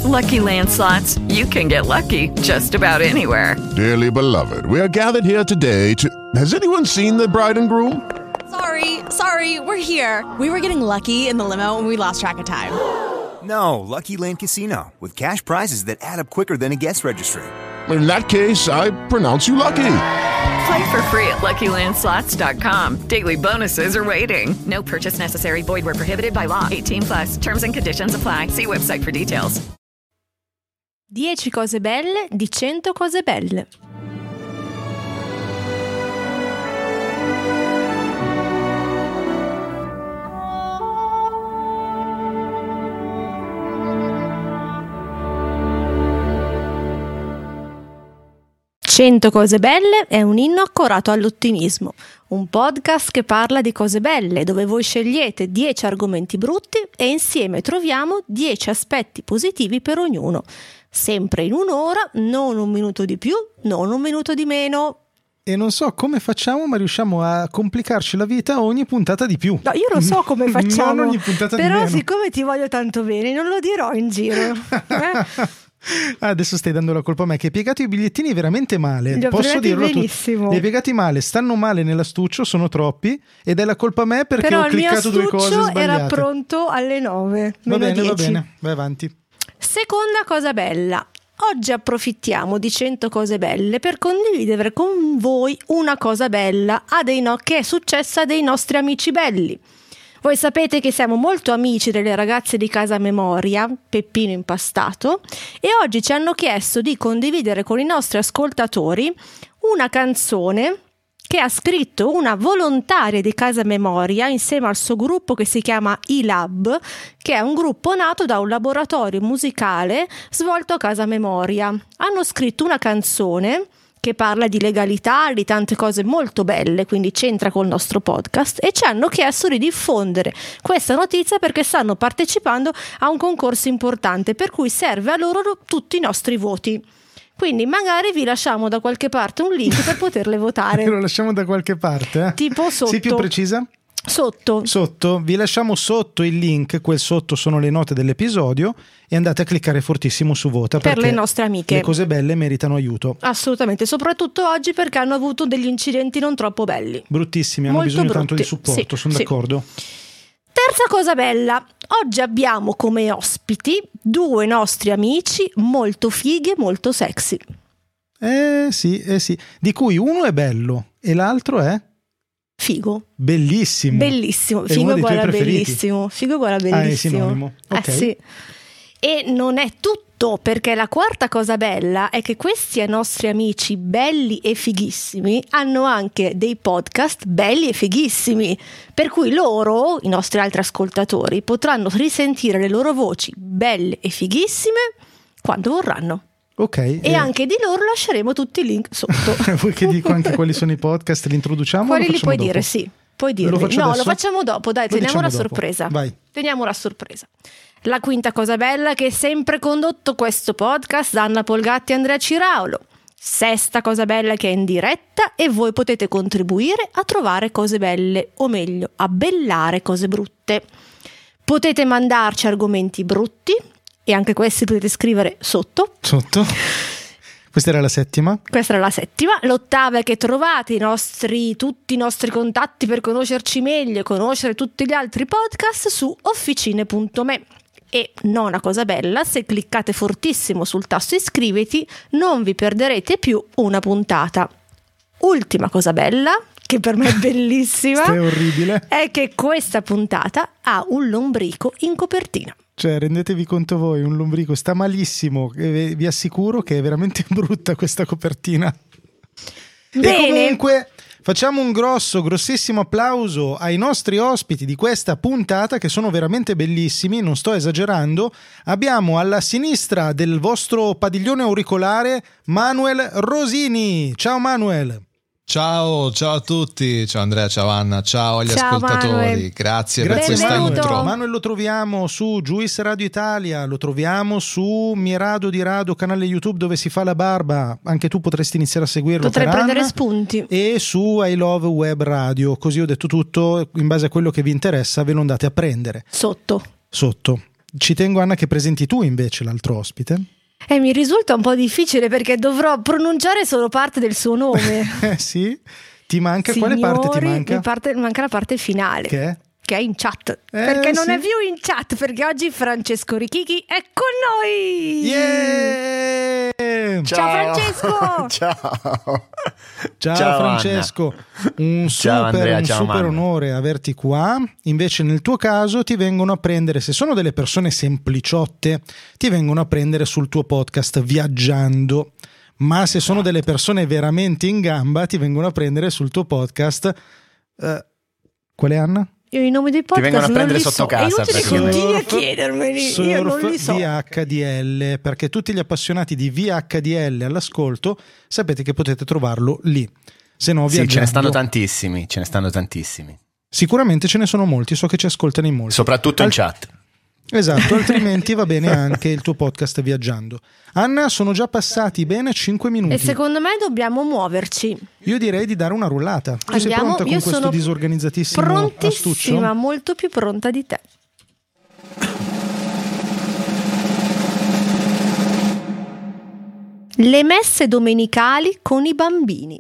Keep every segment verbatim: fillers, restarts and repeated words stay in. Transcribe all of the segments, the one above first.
Lucky Land Slots, you can get lucky just about anywhere. Dearly beloved, we are gathered here today to... Has anyone seen the bride and groom? Sorry, sorry, we're here. We were getting lucky in the limo and we lost track of time. No, Lucky Land Casino, with cash prizes that add up quicker than a guest registry. In that case, I pronounce you lucky. Play for free at Lucky Land Slots dot com. Daily bonuses are waiting. No purchase necessary. Void where prohibited by law. eighteen plus. Terms and conditions apply. See website for details. dieci cose belle di cento cose belle. cento cose belle è un inno accorato all'ottimismo, un podcast che parla di cose belle, dove voi scegliete dieci argomenti brutti e insieme troviamo dieci aspetti positivi per ognuno. Sempre in un'ora, non un minuto di più, non un minuto di meno. E non so come facciamo, ma riusciamo a complicarci la vita ogni puntata di più. No, io lo so come facciamo, non ogni puntata di però meno. Siccome ti voglio tanto bene, non lo dirò in giro. Eh? Ah, adesso stai dando la colpa a me, che hai piegato i bigliettini veramente male. Li ho Posso dirlo tu? benissimo. Li hai piegati male, stanno male nell'astuccio, sono troppi, ed è la colpa a me perché però ho cliccato due cose sbagliate. Però il mio astuccio era pronto alle nove. Va bene, dieci. va bene, vai avanti. Seconda cosa bella. Oggi approfittiamo di cento cose belle per condividere con voi una cosa bella a dei no- che è successa a dei nostri amici belli. Voi sapete che siamo molto amici delle ragazze di Casa Memoria, Peppino Impastato, e oggi ci hanno chiesto di condividere con i nostri ascoltatori una canzone che ha scritto una volontaria di Casa Memoria insieme al suo gruppo che si chiama I-Lab, che è un gruppo nato da un laboratorio musicale svolto a Casa Memoria. Hanno scritto una canzone che parla di legalità, di tante cose molto belle, quindi c'entra col nostro podcast, e ci hanno chiesto di diffondere questa notizia perché stanno partecipando a un concorso importante per cui serve a loro tutti i nostri voti. Quindi magari vi lasciamo da qualche parte un link per poterle votare. Lo lasciamo da qualche parte, eh? Tipo sotto. Sii più precisa? Sotto. Sotto, vi lasciamo sotto il link, quel sotto sono le note dell'episodio, e andate a cliccare fortissimo su vota per le nostre amiche. Le cose belle meritano aiuto. Assolutamente, soprattutto oggi perché hanno avuto degli incidenti non troppo belli. Bruttissimi, hanno Molto bisogno brutti. tanto di supporto, Sì, sono sì. d'accordo. Terza cosa bella, oggi abbiamo come ospiti due nostri amici molto fighi e molto sexy. Eh sì, eh sì, di cui uno è bello e l'altro è figo. Bellissimo. Bellissimo, È figo uno dei tuoi uguale a preferiti. bellissimo. Figo uguale a Ah, è bellissimo. sinonimo. Ok. Eh sì. E non è tutto, perché la quarta cosa bella è che questi nostri amici belli e fighissimi hanno anche dei podcast belli e fighissimi, per cui loro, i nostri altri ascoltatori, potranno risentire le loro voci belle e fighissime quando vorranno. Ok. E eh, anche di loro lasceremo tutti i link sotto. Vuoi che dico anche quali sono i podcast? Li introduciamo? o Quali lo li facciamo puoi dopo? dire? Sì, puoi dirli. Lo faccio No, adesso? lo facciamo dopo, dai, Lo teniamo la diciamo dopo. sorpresa. Vai. Teniamo la sorpresa. La quinta cosa bella è che è sempre condotto questo podcast da Anna Polgatti e Andrea Ciraulo. Sesta cosa bella è che è in diretta e voi potete contribuire a trovare cose belle, o meglio, a bellare cose brutte. Potete mandarci argomenti brutti e anche questi potete scrivere sotto. Sotto. Questa era la settima. Questa era la settima. L'ottava è che trovate i nostri, tutti i nostri contatti per conoscerci meglio e conoscere tutti gli altri podcast su officine punto me. E nona cosa bella, se cliccate fortissimo sul tasto iscriviti non vi perderete più una puntata. Ultima cosa bella, che per me è bellissima, È orribile. è che questa puntata ha un lombrico in copertina. Cioè, rendetevi conto voi, un lombrico sta malissimo, e vi assicuro che è veramente brutta questa copertina. Bene. E comunque facciamo un grosso, grossissimo applauso ai nostri ospiti di questa puntata, che sono veramente bellissimi, non sto esagerando. Abbiamo alla sinistra del vostro padiglione auricolare Manuel Rosini. Ciao Manuel. Ciao, ciao a tutti, ciao Andrea, ciao Anna, ciao agli Ciao, ascoltatori, Manuel. grazie, Grazie per questa Benvenuto. intro. Manuel lo troviamo su Juice Radio Italia, lo troviamo su Mirado di Rado, canale YouTube dove si fa la barba, anche tu potresti iniziare a seguirlo. Potrei per prendere Anna. spunti. E su I Love Web Radio, così ho detto tutto, in base a quello che vi interessa ve lo andate a prendere Sotto. sotto. Ci tengo, Anna, che presenti tu invece l'altro ospite. Eh, mi risulta un po' difficile perché dovrò pronunciare solo parte del suo nome. Eh sì? Ti manca? Signori, quale parte ti manca? Mi parte, manca la parte finale. Che è? Che è in chat. Eh, perché non sì. è più in chat, perché oggi Francesco Richichi è con noi! Yeah! Ciao Francesco! Ciao. Ciao, Ciao, Francesco, un Ciao, super, Andrea, un ciao, super Manna. onore averti qua. Invece nel tuo caso ti vengono a prendere, se sono delle persone sempliciotte, ti vengono a prendere sul tuo podcast Viaggiando, ma se sono delle persone veramente in gamba ti vengono a prendere sul tuo podcast eh, qual è, Anna? Io i nomi dei vengono podcast a non prendere li sotto so. casa, È inutile che praticamente. continui a chiedermeli. Io non li so. V H D L, perché tutti gli appassionati di V H D L all'ascolto sapete che potete trovarlo lì. Se no, Sì, ce ne Viaggiando. stanno tantissimi, ce ne stanno tantissimi. Sicuramente ce ne sono molti, so che ci ascoltano in molti. Soprattutto in Al- chat. Esatto, altrimenti va bene anche il tuo podcast Viaggiando. Anna, sono già passati bene cinque minuti. E secondo me dobbiamo muoverci. Io direi di dare una rullata. Tu sei Andiamo, pronta con io questo sono disorganizzatissimo prontissima, astuccio? molto più pronta di te. Le messe domenicali con i bambini.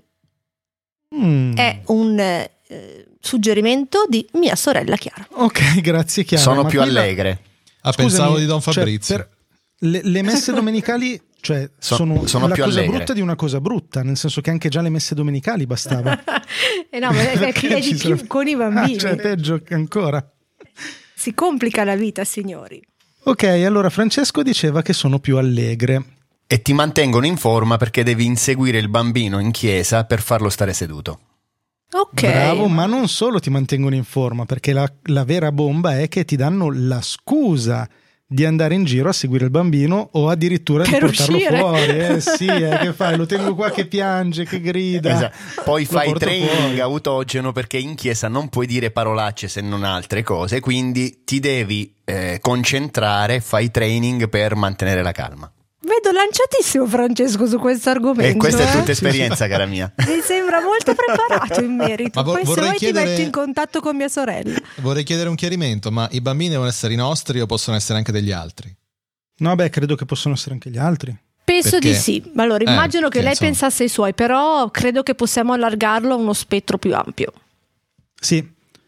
Mm. È un eh, suggerimento di mia sorella Chiara. Ok, grazie Chiara. Sono ma più qui la- allegre. Ah, Scusami, pensavo di Don cioè, Fabrizio. per- le, le messe domenicali, cioè, So- sono, sono la più cosa allegre. brutta di una cosa brutta, nel senso che anche già le messe domenicali bastava. Eh no, ma è, è, Perché è di ci più sono- con i bambini. Ah, cioè peggio ancora. Si complica la vita, signori. Ok, allora Francesco diceva che sono più allegre. E ti mantengono in forma perché devi inseguire il bambino in chiesa per farlo stare seduto. Ok. Bravo, ma non solo ti mantengono in forma, perché la, la vera bomba è che ti danno la scusa di andare in giro a seguire il bambino o addirittura di Per portarlo uscire. fuori. Eh sì, eh, che fai? Lo tengo qua che piange, che grida. Esatto. Poi Lo fai porto training fuori. autogeno perché in chiesa non puoi dire parolacce se non altre cose, quindi ti devi eh, concentrare, fai training per mantenere la calma. Vedo lanciatissimo Francesco su questo argomento. E questa è eh? tutta esperienza, cara mia. Mi sembra molto preparato in merito. Ma vo- Poi se vorrei vuoi chiedere- ti metto in contatto con mia sorella. Vorrei chiedere un chiarimento, ma i bambini devono essere i nostri o possono essere anche degli altri? No, beh, credo che possono essere anche gli altri. Penso Perché? di sì. Allora, Eh, immagino che sì, lei insomma. pensasse ai suoi, però credo che possiamo allargarlo a uno spettro più ampio. Sì,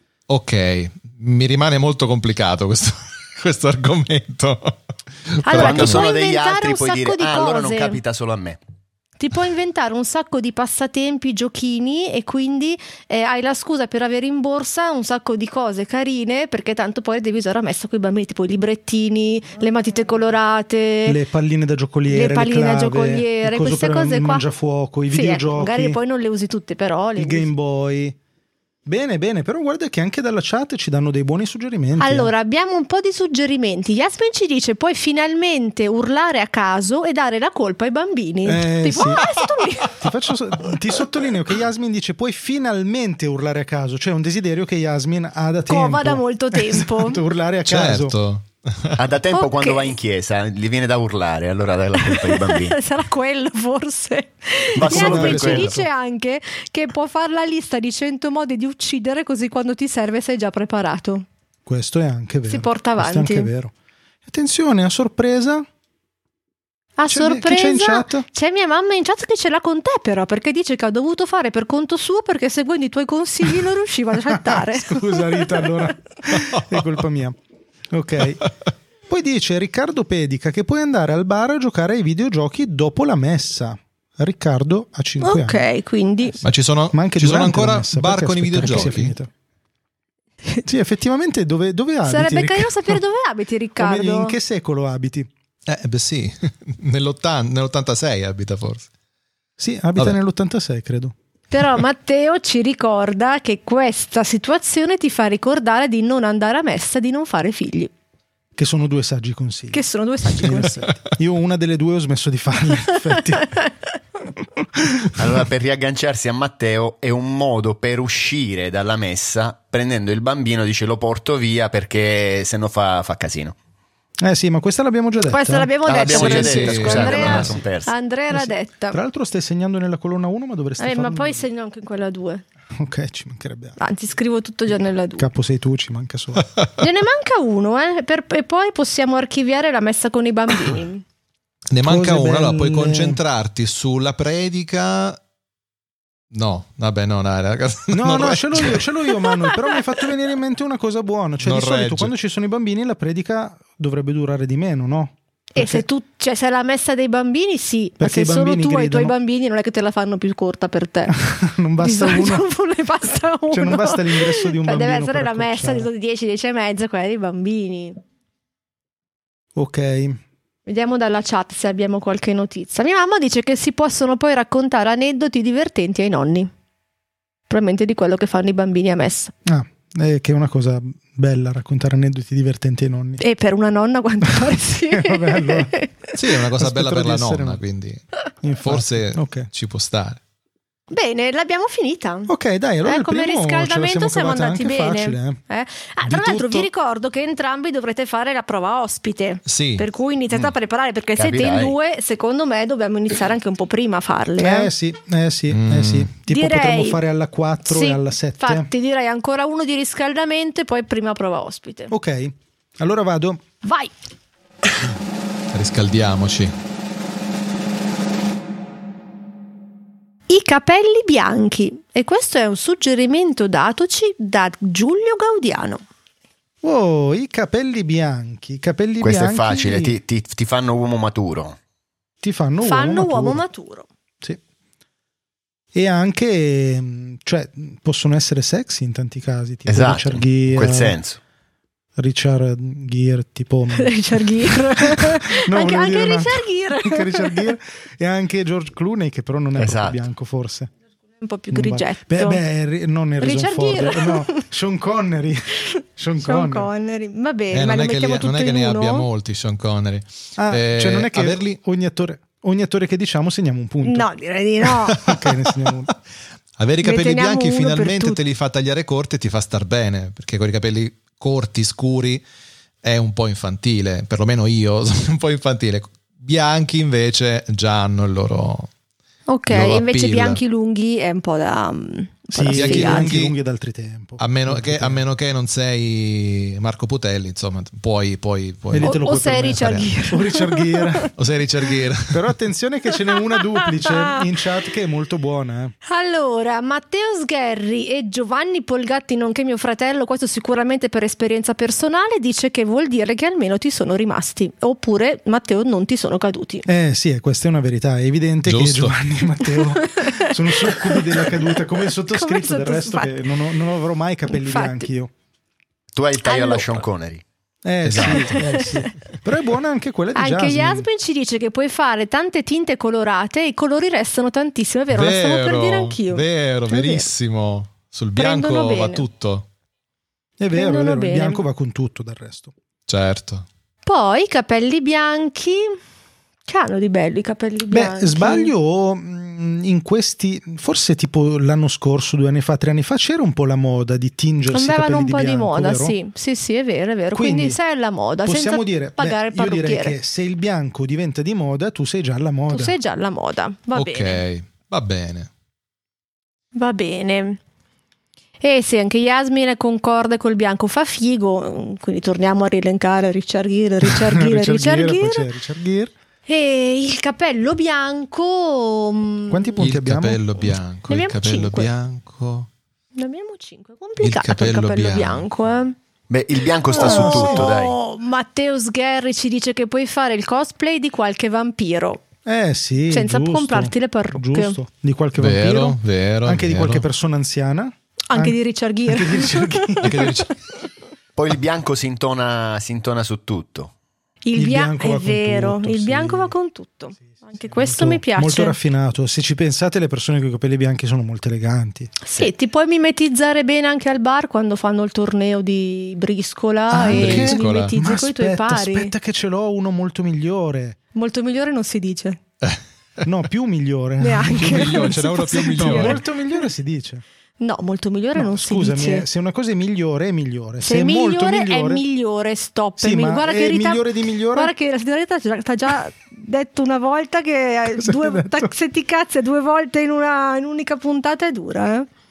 Ok, mi rimane molto complicato questo, questo argomento. Allora, Quando ti sono puoi degli inventare altri un puoi sacco dire di ah, allora non cose. capita solo a me. Ti puoi inventare un sacco di passatempi, giochini e quindi eh, hai la scusa per avere in borsa un sacco di cose carine perché tanto poi devi usare a messa con i bambini, tipo i librettini, le matite colorate, le palline da giocoliere, le palline da clave, giocoliere, il coso queste per cose il qua. mangiafuoco, i Sì, ecco, videogiochi, magari poi non le usi tutte, però le il usi. Game Boy. Bene, bene, però guarda che anche dalla chat ci danno dei buoni suggerimenti. Allora, abbiamo un po' di suggerimenti. Yasmin ci dice: puoi finalmente urlare a caso e dare la colpa ai bambini. Eh, tipo, sì. ah, è stato lì. Ti, faccio so- ti sottolineo che Yasmin dice puoi finalmente urlare a caso, cioè un desiderio che Yasmin ha da tempo. Cova da molto tempo. Esatto, urlare a caso. Certo. Ha da tempo Ok. quando va in chiesa, gli viene da urlare, allora dai la colpa ai bambini. Sarà quello forse. Ma solo Yasmin per ci quello. dice anche che può fare la lista di cento modi di uccidere, così quando ti serve sei già preparato. Questo è anche vero. Si porta Questo avanti. è anche vero. Attenzione, a sorpresa. A C'è- chi sorpresa c'è in chat? c'è mia mamma in chat che ce l'ha con te, però, perché dice che ha dovuto fare per conto suo perché seguendo i tuoi consigli non riusciva a chattare. Scusa Rita, allora è colpa mia. Ok. Poi dice Riccardo Pedica che puoi andare al bar a giocare ai videogiochi dopo la messa. Riccardo ha cinque Ok, anni. quindi Ma ci sono, Ma anche ci sono durante la ancora messa, bar perché con i aspettare che sia videogiochi? finita? Sì, effettivamente dove, dove abiti? sarebbe carino Riccardo? sapere dove abiti, O Riccardo. meglio, in che secolo abiti? Eh beh sì, Nell'ottan- nell'ottantasei abita forse. Sì, abita Vabbè. nell'ottantasei, credo. Però Matteo ci ricorda che questa situazione ti fa ricordare di non andare a messa, di non fare figli, Che sono due saggi consigli. che sono due saggi In consigli. effetti. Io una delle due ho smesso di farle, in effetti. Allora, per riagganciarsi a Matteo è un modo per uscire dalla messa prendendo il bambino, dice lo porto via perché se no fa, fa casino. Eh sì, ma questa l'abbiamo già detta. Questa l'abbiamo Ah, detta, l'abbiamo già Francesco. detta, scusate, Andrea, me la son persa. Andrea l'ha detta. Tra l'altro stai segnando nella colonna uno, ma dovresti Eh, farlo. ma poi segno anche in quella due. Ok, ci mancherebbe altro. Anzi, scrivo tutto già nella due. Capo sei tu, ci manca solo. Ne manca uno, eh, per, e poi possiamo archiviare la messa con i bambini. Ne manca Cose uno, allora puoi belle. concentrarti sulla predica. No, vabbè, no, dai, ragazzi. No, non no, regge. ce l'ho io, ce l'ho io, Manuel. Però mi hai fatto venire in mente una cosa buona. Cioè, Non di solito regge. quando ci sono i bambini, la predica dovrebbe durare di meno, no? E se tu, cioè, se è la messa dei bambini, sì, ma Perché se i solo bambini tu hai i tuoi gridano. bambini, non è che te la fanno più corta per te. non basta Di solito uno. non ne basta uno. Cioè, non basta l'ingresso di un Cioè, bambino. deve essere per la messa di accorciare. dieci, dieci e mezza, quella dei bambini. Ok. Vediamo dalla chat se abbiamo qualche notizia. Mia mamma dice che si possono poi raccontare aneddoti divertenti ai nonni. Probabilmente di quello che fanno i bambini a messa. Ah, eh, che è una cosa bella raccontare aneddoti divertenti ai nonni. E per una nonna quanto pare sì. Vabbè, allora. Sì, è una cosa Aspetterò bella per di la essere nonna, no. quindi Infatti, forse ok. ci può stare. Bene, l'abbiamo finita. Ok, dai, allora Eh, il come primo ce la riscaldamento siamo cavata andati anche bene. facile, eh. Eh? Ah, Di tra l'altro tutto- vi ricordo che entrambi dovrete fare la prova ospite. Sì. Per cui iniziate a preparare, perché siete in Capirai. due, secondo me dobbiamo iniziare anche un po' prima a farle. Eh, Eh sì, eh sì, Mm. eh sì. Tipo Direi- potremmo fare alla quattro Sì, e alla sette. Infatti direi ancora uno di riscaldamento e poi prima prova ospite. Ok, allora vado. Vai! Riscaldiamoci. I capelli bianchi. E questo è un suggerimento datoci da Giulio Gaudiano. Oh, i capelli bianchi. I capelli Questo bianchi è facile, ti, ti- ti fanno uomo maturo. ti fanno, Fanno uomo uomo maturo. maturo. Sì. E anche, mh, cioè, possono essere sexy in tanti casi, tipo Esatto, Richard in Gere. quel senso. Richard Gere, tipo Richard Gere. No, anche volevo anche dire un Richard altro. Gere. Anche Richard Gere e anche George Clooney, che però non è Esatto. proprio bianco, forse. Un po' più Non va- grigetto. Beh, beh, ri- non Harrison Richard Ford, Gere. no, Sean Connery. Sean Sean Connery. Connery. Va bene, Eh, ma non, lo è che, mettiamo li- tutto non è che in ne uno? abbia molti Sean Connery. Ah, Eh, cioè non è che averli- ogni attore, ogni attore che diciamo segniamo un punto. No, direi di no. Ok, ne segniamo uno. Avere i Ne capelli teniamo bianchi uno per finalmente tutti. te li fa tagliare corti e ti fa star bene, perché con i capelli corti, scuri è un po' infantile, perlomeno io sono un po' infantile. Bianchi invece già hanno il loro... Ok, Loro invece appeal. bianchi lunghi è un po' da, un po' Sì, da bianchi sfigati. anche lunghi- lunghi ad altri tempo. A meno, Altri che, a tempi. meno che non sei Marco Putelli, insomma, puoi... puoi, puoi E lì O, te lo o puoi sei permettere. Richard Gere. O Richard Gere. o sei Richard Gere. Però attenzione che ce n'è una duplice in chat che è molto buona. Eh. Allora, Matteo Sgherri e Giovanni Polgatti, nonché mio fratello, questo sicuramente per esperienza personale, dice che vuol dire che almeno ti sono rimasti, oppure Matteo non ti sono caduti. Eh sì, eh, questa è una verità. È evidente Giusto. che Giovanni e Matteo sono succubi della caduta, come il sottoscritto, Come il del resto sottoscritto. che non, ho- non avrò mai capelli Infatti. bianchi io. Tu hai il taglio Allora. alla Sean Connery. Eh, Esatto. sì, eh sì. Però è buona anche quella di Anche Jasmine. Yasmin ci dice che puoi fare tante tinte colorate e i colori restano tantissimo, è vero, lo stavo per dire anch'io. Vero, È vero. verissimo. Sul Prendono bianco va bene. tutto. È vero, è Prendono vero, il bene. bianco va con tutto del resto. Certo. Poi i capelli bianchi, che hanno di bello i capelli bianchi? Beh, sbaglio mh, in questi, forse tipo l'anno scorso, due anni fa, tre anni fa, c'era un po' la moda di tingersi i capelli Andavano un di po' di bianco, moda, vero? sì, sì, sì, è vero, è vero. Quindi, Quindi, sei alla moda, Possiamo senza dire, pagare beh, il io direi parrucchiere. che se il bianco diventa di moda, tu sei già alla moda. Tu sei già alla moda, va ok, bene, va bene. va bene. E sì, anche Yasmin concorde col bianco, fa figo, quindi torniamo a rielencare Richard Gere, Richard Gere, Richard Richard Gere, poi Gere. c'è Richard Gere. E il capello bianco... mm, Quanti punti Il abbiamo? capello bianco, Ne il abbiamo capello cinque. bianco. Ne abbiamo cinque, è complicato il capello capello, bianco. bianco, eh. Beh, il bianco sta su tutto, dai. Oh, Matteo Sgherri ci dice che puoi fare il cosplay di qualche vampiro. Eh sì, Senza giusto, comprarti le parrucche. Giusto, di qualche Vero, vampiro, vero. anche di vero. qualche persona anziana. Anche An- di Richard Gere. anche di Richard Gere. Anche di Richard- Poi il bianco si intona, si intona su tutto. Il, Il bia- bianco va è con vero, tutto, il sì. bianco va con tutto. Anche questo Molto- mi piace. Molto raffinato. Se ci pensate, le persone con i capelli bianchi sono molto eleganti. Sì, ti puoi mimetizzare bene anche al bar quando fanno il torneo di briscola Anche? e ti Briscola. mimetizzi Ma con i tuoi aspetta, pari. aspetta che ce l'ho uno molto migliore. Molto migliore non si dice. No, più migliore. Neanche. Più migliore, Non ce si n'è uno può più sentire. No, migliore. molto migliore si dice. No, molto migliore No, non scusami, si dice. eh, se una cosa è migliore, è migliore. Se è è molto migliore, migliore, è migliore, stop. Sì, ma guarda è che Rita, migliore di migliore? Guarda che la signora Rita ti ha già detto una volta che Cosa due, hai detto? ta- se ti cazzi due volte in una in un'unica puntata è dura, eh?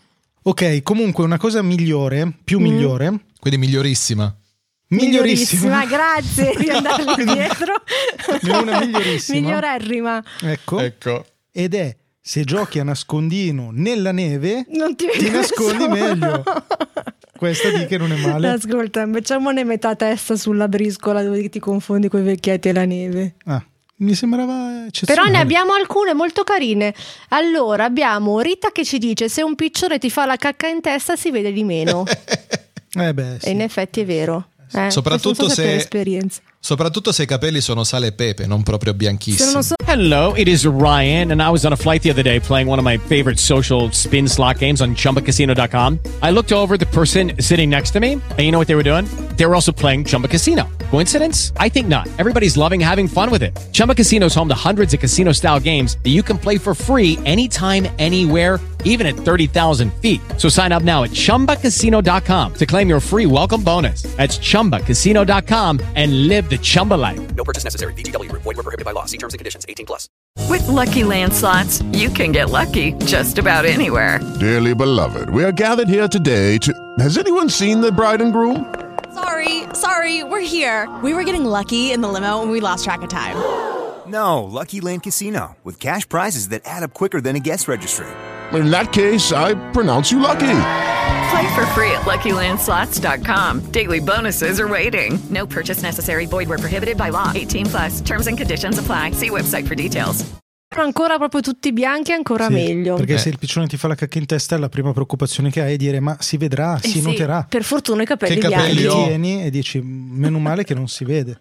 Ok, comunque una cosa migliore, più migliore. Mm. Quindi migliorissima. Migliorissima, migliorissima grazie di andarle dietro. Una migliorissima. Migliorerrima. Ecco. Ecco. Ed è: se giochi a nascondino nella neve, Non ti, ti nascondi nessuno. meglio. Questa di che non è male. Ascolta, facciamone metà testa sulla briscola dove ti confondi con i vecchietti e la neve. Ah, mi sembrava eccezionale. Però ne abbiamo alcune molto carine. Allora abbiamo Rita che ci dice: se un piccione ti fa la cacca in testa si vede di meno. Eh beh, sì. E in effetti è vero. Eh, Soprattutto questo non so se- per esperienza. Soprattutto se i capelli sono sale e pepe, non proprio bianchissimi. Se non so- Hello, it is Ryan, and I was on a flight the other day playing one of my favorite social spin slot games on Chumba Casino dot com. I looked over at the person sitting next to me, and you know what they were doing? They were also playing Chumba Casino. Coincidence? I think not. Everybody's loving having fun with it. Chumba Casino is home to hundreds of casino-style games that you can play for free anytime, anywhere, even at thirty thousand feet. So sign up now at Chumba Casino dot com to claim your free welcome bonus. That's Chumba Casino dot com and live the Chumba life. No purchase necessary. V G W Group. Void where prohibited by law. See terms and conditions. eighteen plus. With Lucky Land Slots, you can get lucky just about anywhere. Dearly beloved, we are gathered here today to... Has anyone seen the bride and groom? Sorry, sorry, we're here. We were getting lucky in the limo and we lost track of time. No, Lucky Land Casino, with cash prizes that add up quicker than a guest registry. In that case, I pronounce you lucky. Play for free at Lucky Land Slots dot com. Daily bonuses are waiting. No purchase necessary. Void where prohibited by law. eighteen plus. Terms and conditions apply. See website for details. Ancora proprio tutti bianchi, ancora Sì, meglio. Perché Eh. se il piccione ti fa la cacca in testa, la prima preoccupazione che hai è dire: ma si vedrà, Eh si sì, noterà. per fortuna i capelli Che capelli bianchi. Li ho? tieni e dici: meno male che non si vede.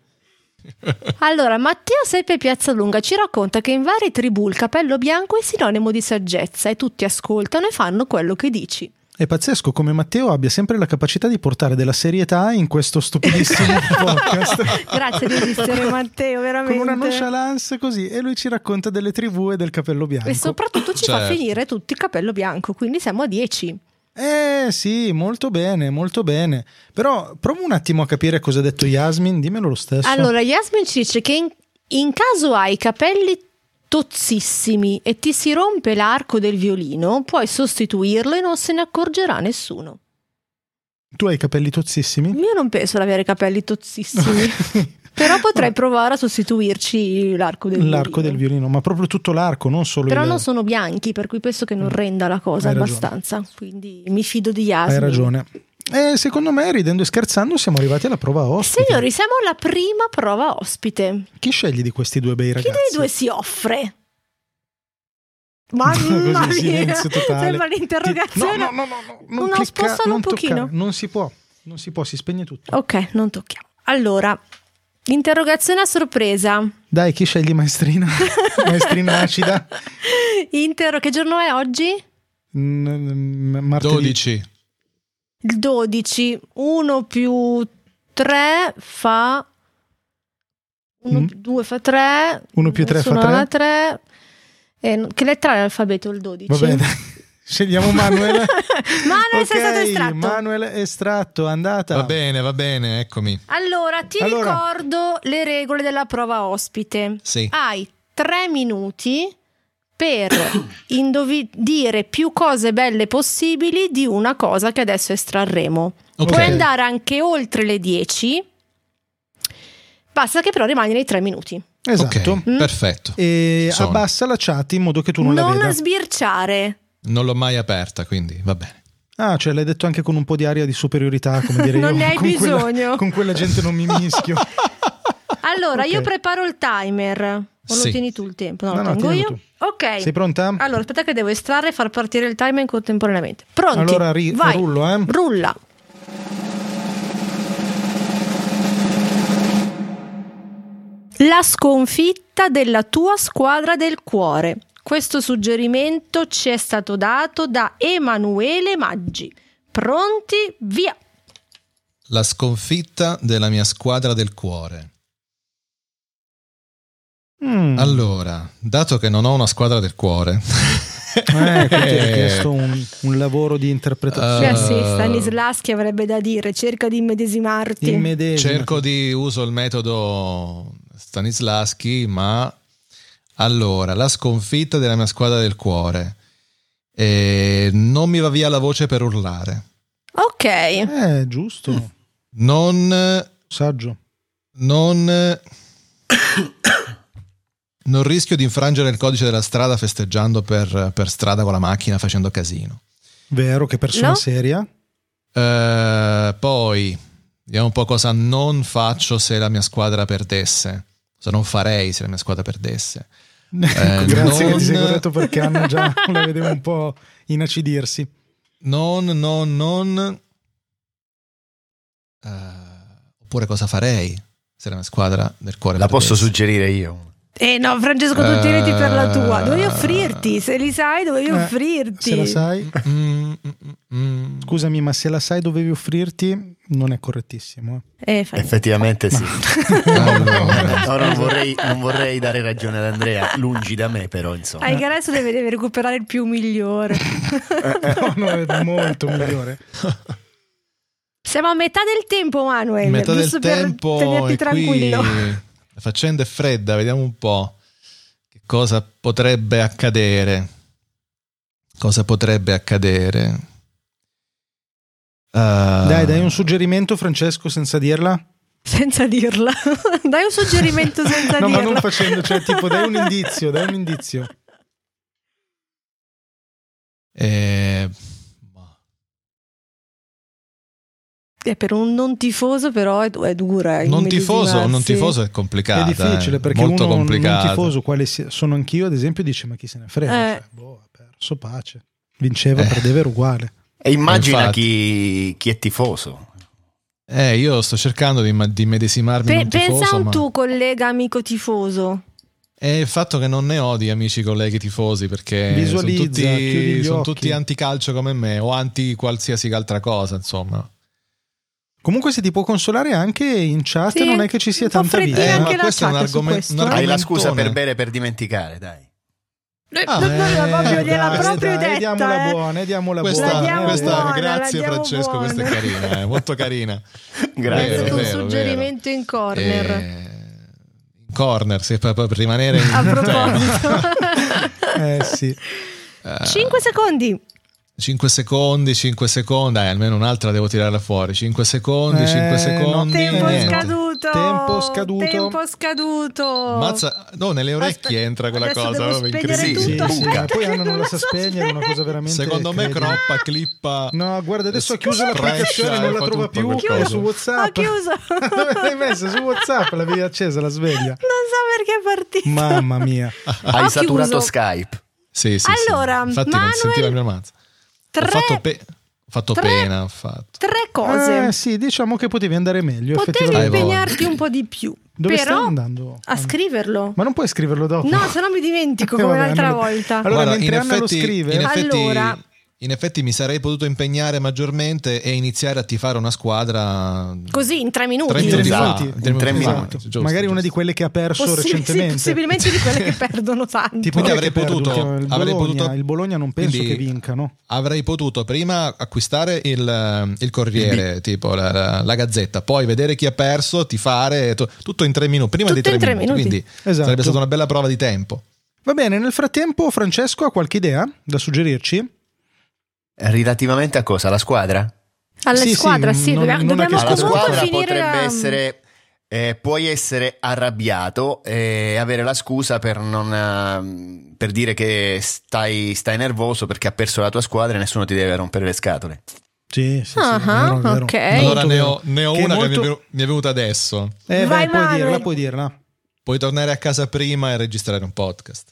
Allora, Matteo Seppe Piazzalunga ci racconta che in varie tribù il capello bianco è sinonimo di saggezza e tutti ascoltano e fanno quello che dici. È pazzesco come Matteo abbia sempre la capacità di portare della serietà in questo stupidissimo podcast. Grazie di esistere, Matteo, veramente. Con una nonchalance così, e lui ci racconta delle tribù e del capello bianco. E soprattutto ci fa Certo. finire tutti il capello bianco, quindi siamo a dieci. Eh sì, molto bene, molto bene. Però provo un attimo a capire cosa ha detto Yasmin, dimmelo lo stesso. Allora, Yasmin ci dice che in, in caso hai i capelli tozzissimi e ti si rompe l'arco del violino, puoi sostituirlo e non se ne accorgerà nessuno. Tu hai i capelli tozzissimi? Io non penso di avere capelli tozzissimi, però potrei provare a sostituirci l'arco del L'arco violino. del violino, ma proprio tutto l'arco, non solo Però il... non sono bianchi, per cui penso che non renda la cosa Hai ragione. abbastanza. Quindi mi fido di Yasmin. Hai ragione. E secondo me, ridendo e scherzando, siamo arrivati alla prova ospite. Signori, siamo alla prima prova ospite. Chi scegli di questi due bei Chi ragazzi? dei due si offre? Mamma Così, mia, silenzio totale. sembra l'interrogazione. No, no, no, no, no, non No, clicca- spostalo non un pochino. toccare, non si può, non si può, si spegne tutto. Ok, non tocchiamo. Allora, interrogazione a sorpresa. Dai, chi scegli maestrina? Maestrina acida? Intero, che giorno è oggi? Mm, mm, martedì. dodici. Il dodici. uno più tre fa... uno Mm. più due fa tre. Uno più tre fa Nessuno tre. ha tre. Eh, che lettera è l'alfabeto il dodici? Vabbè, dai. Scegliamo Manuel. Manuel, sei stato Ok, estratto. Manuel estratto, andata. Va bene, va bene, eccomi. Allora, ti Allora. ricordo le regole della prova ospite. Sì. Hai tre minuti per indovi- dire più cose belle possibili di una cosa che adesso estrarremo. Ok. Puoi andare anche oltre le dieci, basta che però rimani nei tre minuti. Esatto. Ok, perfetto. E Sono. abbassa la chat in modo che tu non, la Non veda. sbirciare. Non l'ho mai aperta, quindi va bene. Ah, cioè l'hai detto anche con un po' di aria di superiorità, come dire Non io. ne hai con quella- bisogno. con quella gente non mi mischio. Allora, Ok. io preparo il timer. O lo Sì. tieni tu il tempo? No, No, lo no, tengo tienilo io. tu. Ok. Sei pronta? Allora, aspetta che devo estrarre e far partire il timer contemporaneamente. Pronti? Allora, ri- Vai. rullo, eh. Rulla. La sconfitta della tua squadra del cuore. Questo suggerimento ci è stato dato da Emanuele Maggi. Pronti? Via! La sconfitta della mia squadra del cuore. Mm. Allora, dato che non ho una squadra del cuore, Eh, qui ti ho chiesto un, un lavoro di interpretazione. Eh sì, Stanislaschi avrebbe da dire, cerca di immedesimarti. Immedesima. cerco di uso il metodo Stanislaschi, ma allora, la sconfitta della mia squadra del cuore. E non mi va via la voce per urlare. Ok. Eh, giusto. Non... Saggio. Non... non rischio di infrangere il codice della strada festeggiando per, per strada con la macchina facendo casino. Vero, che persona No? seria. Eh, poi vediamo un po' cosa non faccio se la mia squadra perdesse. Cosa non farei se la mia squadra perdesse. Ecco, grazie non- che ti sei corretto, perché Anna già la vedevo un po' inacidirsi. Non, non, non... Eh, oppure cosa farei se la mia squadra del cuore La posso perdesse. suggerire io. Eh no, Francesco, tu tieniti per la tua. Dovevi Eh. offrirti, se li sai dovevi Eh, offrirti. Se la sai, Mm, mm, mm. scusami, ma se la sai dovevi offrirti, non è correttissimo. eh. Eh, fai- Effettivamente sì. Allora, Ora non vorrei, non vorrei dare ragione ad Andrea, lungi da me, però insomma. Ai adesso deve, deve recuperare il più migliore. No, no, è molto migliore. Siamo a metà del tempo, Manuel. metà del giusto per tempo tenerti e tranquillo. qui la faccenda è fredda, vediamo un po' che cosa potrebbe accadere. Cosa potrebbe accadere? Uh, Dai, dai un suggerimento, Francesco, senza dirla. Senza dirla. Dai un suggerimento senza No, dirla. ma non facendo, cioè tipo dai un indizio, dai un indizio. eh, Eh, per un non tifoso però è, è dura. non tifoso, non immedesimarsi. tifoso è complicato. È difficile, perché molto uno complicato. non tifoso, quale sia- sono anch'io, ad esempio, dice: ma chi se ne frega? Eh. Cioè, boh, ha perso, pace. Vinceva, Eh. perdeva, era uguale. E immagina Infatti. chi, chi è tifoso. Eh, io sto cercando di, di medesimarmi in Pe- un tifoso, pensa a un ma tuo collega amico tifoso. è il fatto che non ne ho di amici colleghi tifosi, perché sono Visualizza, chiudi tutti, gli sono occhi. tutti anticalcio come me o anti qualsiasi altra cosa, insomma. Comunque, se ti può consolare anche in chat, Sì, non è che ci sia un po' tanta freddina vita. anche ma la questo è un chat su argomento- questo. un Hai la scusa argomentone. per bere per dimenticare, dai. Ah, No, no, no, proprio, gliel'ha dai, proprio dai, detta. diamola eh. buona, diamola Questa, La buona. diamo questa- buona, la grazie diamo Francesco, buona. questa è carina, è molto carina. Grazie. Vero, È stato un vero, suggerimento in corner. Eh, in corner, sì, per, per rimanere in A tema. proposito. Eh sì. cinque secondi. cinque secondi, cinque secondi, dai, almeno un'altra devo tirarla fuori. cinque secondi, Eh, cinque no. secondi. Tempo niente. scaduto. Tempo scaduto. Tempo scaduto. Mazza, no, nelle orecchie Aspetta, entra quella adesso cosa. devo proprio spegnere incredibile. tutto. Sì, sì, Aspetta ma poi che Anna non non la la sa so spegnere, è una cosa veramente. Secondo me incredibile. croppa, clippa. No, guarda, adesso ha chiuso Streccia, l'applicazione, non la fa trova tutto più. quel È coso. su WhatsApp. Ho chiuso. Dove l'hai messa? Su WhatsApp l'avevi accesa la sveglia. Non so perché è partito. Mamma mia. Hai Ho saturato chiuso. Skype. Sì, sì, Allora, sì. Infatti Manuel, non sentiva il mio mazzo. Tre, Ho fatto, pe- ho fatto tre- pena, ho fatto. tre cose. Eh sì, diciamo che potevi andare meglio. Potevi effettivamente. Hai voglia. impegnarti un po' di più. Dove però stai andando? a scriverlo. Ma non puoi scriverlo dopo. No, se no mi dimentico Eh, come vabbè, l'altra allora- volta. Allora, Guarda, mentre in Anna lo effetti, scrive- in effetti, Allora. in effetti mi sarei potuto impegnare maggiormente e iniziare a tifare una squadra Così in tre minuti. tre minuti fa. Minuti. Tre In tre minuti fa, minuti. giusto, Magari giusto. una di quelle che ha perso Possib- sì, recentemente. possibilmente di quelle che perdono tanto. Tipo Quindi chi è avrei che perde? potuto- Ultimo, il avrei Bologna. potuto- Il Bologna non penso Quindi che vinca, no? Avrei potuto prima acquistare il, il Corriere, tipo la, la- la Gazzetta, poi vedere chi ha perso, tifare, to- tutto in tre minuti, prima Tutto dei tre in tre minuti, minuti. quindi Esatto. sarebbe stata una bella prova di tempo. Va bene, nel frattempo Francesco ha qualche idea da suggerirci? Relativamente a cosa? La squadra? Alla Sì, sì, squadra, sì, non- dobbiamo, non a che dobbiamo La squadra. comunque squadra finire potrebbe la... essere. Eh, puoi essere arrabbiato e avere la scusa per non eh, per dire che stai, stai nervoso perché ha perso la tua squadra e nessuno ti deve rompere le scatole. Sì, sì, sì, Ah, vero, vero. ok. Allora Molto ne vero. ho, ne ho Che è una che molto- mi è venu- mi è venuta adesso. Eh, Vai, beh, puoi Manuel. dirla, puoi dirla. Puoi tornare a casa prima e registrare un podcast.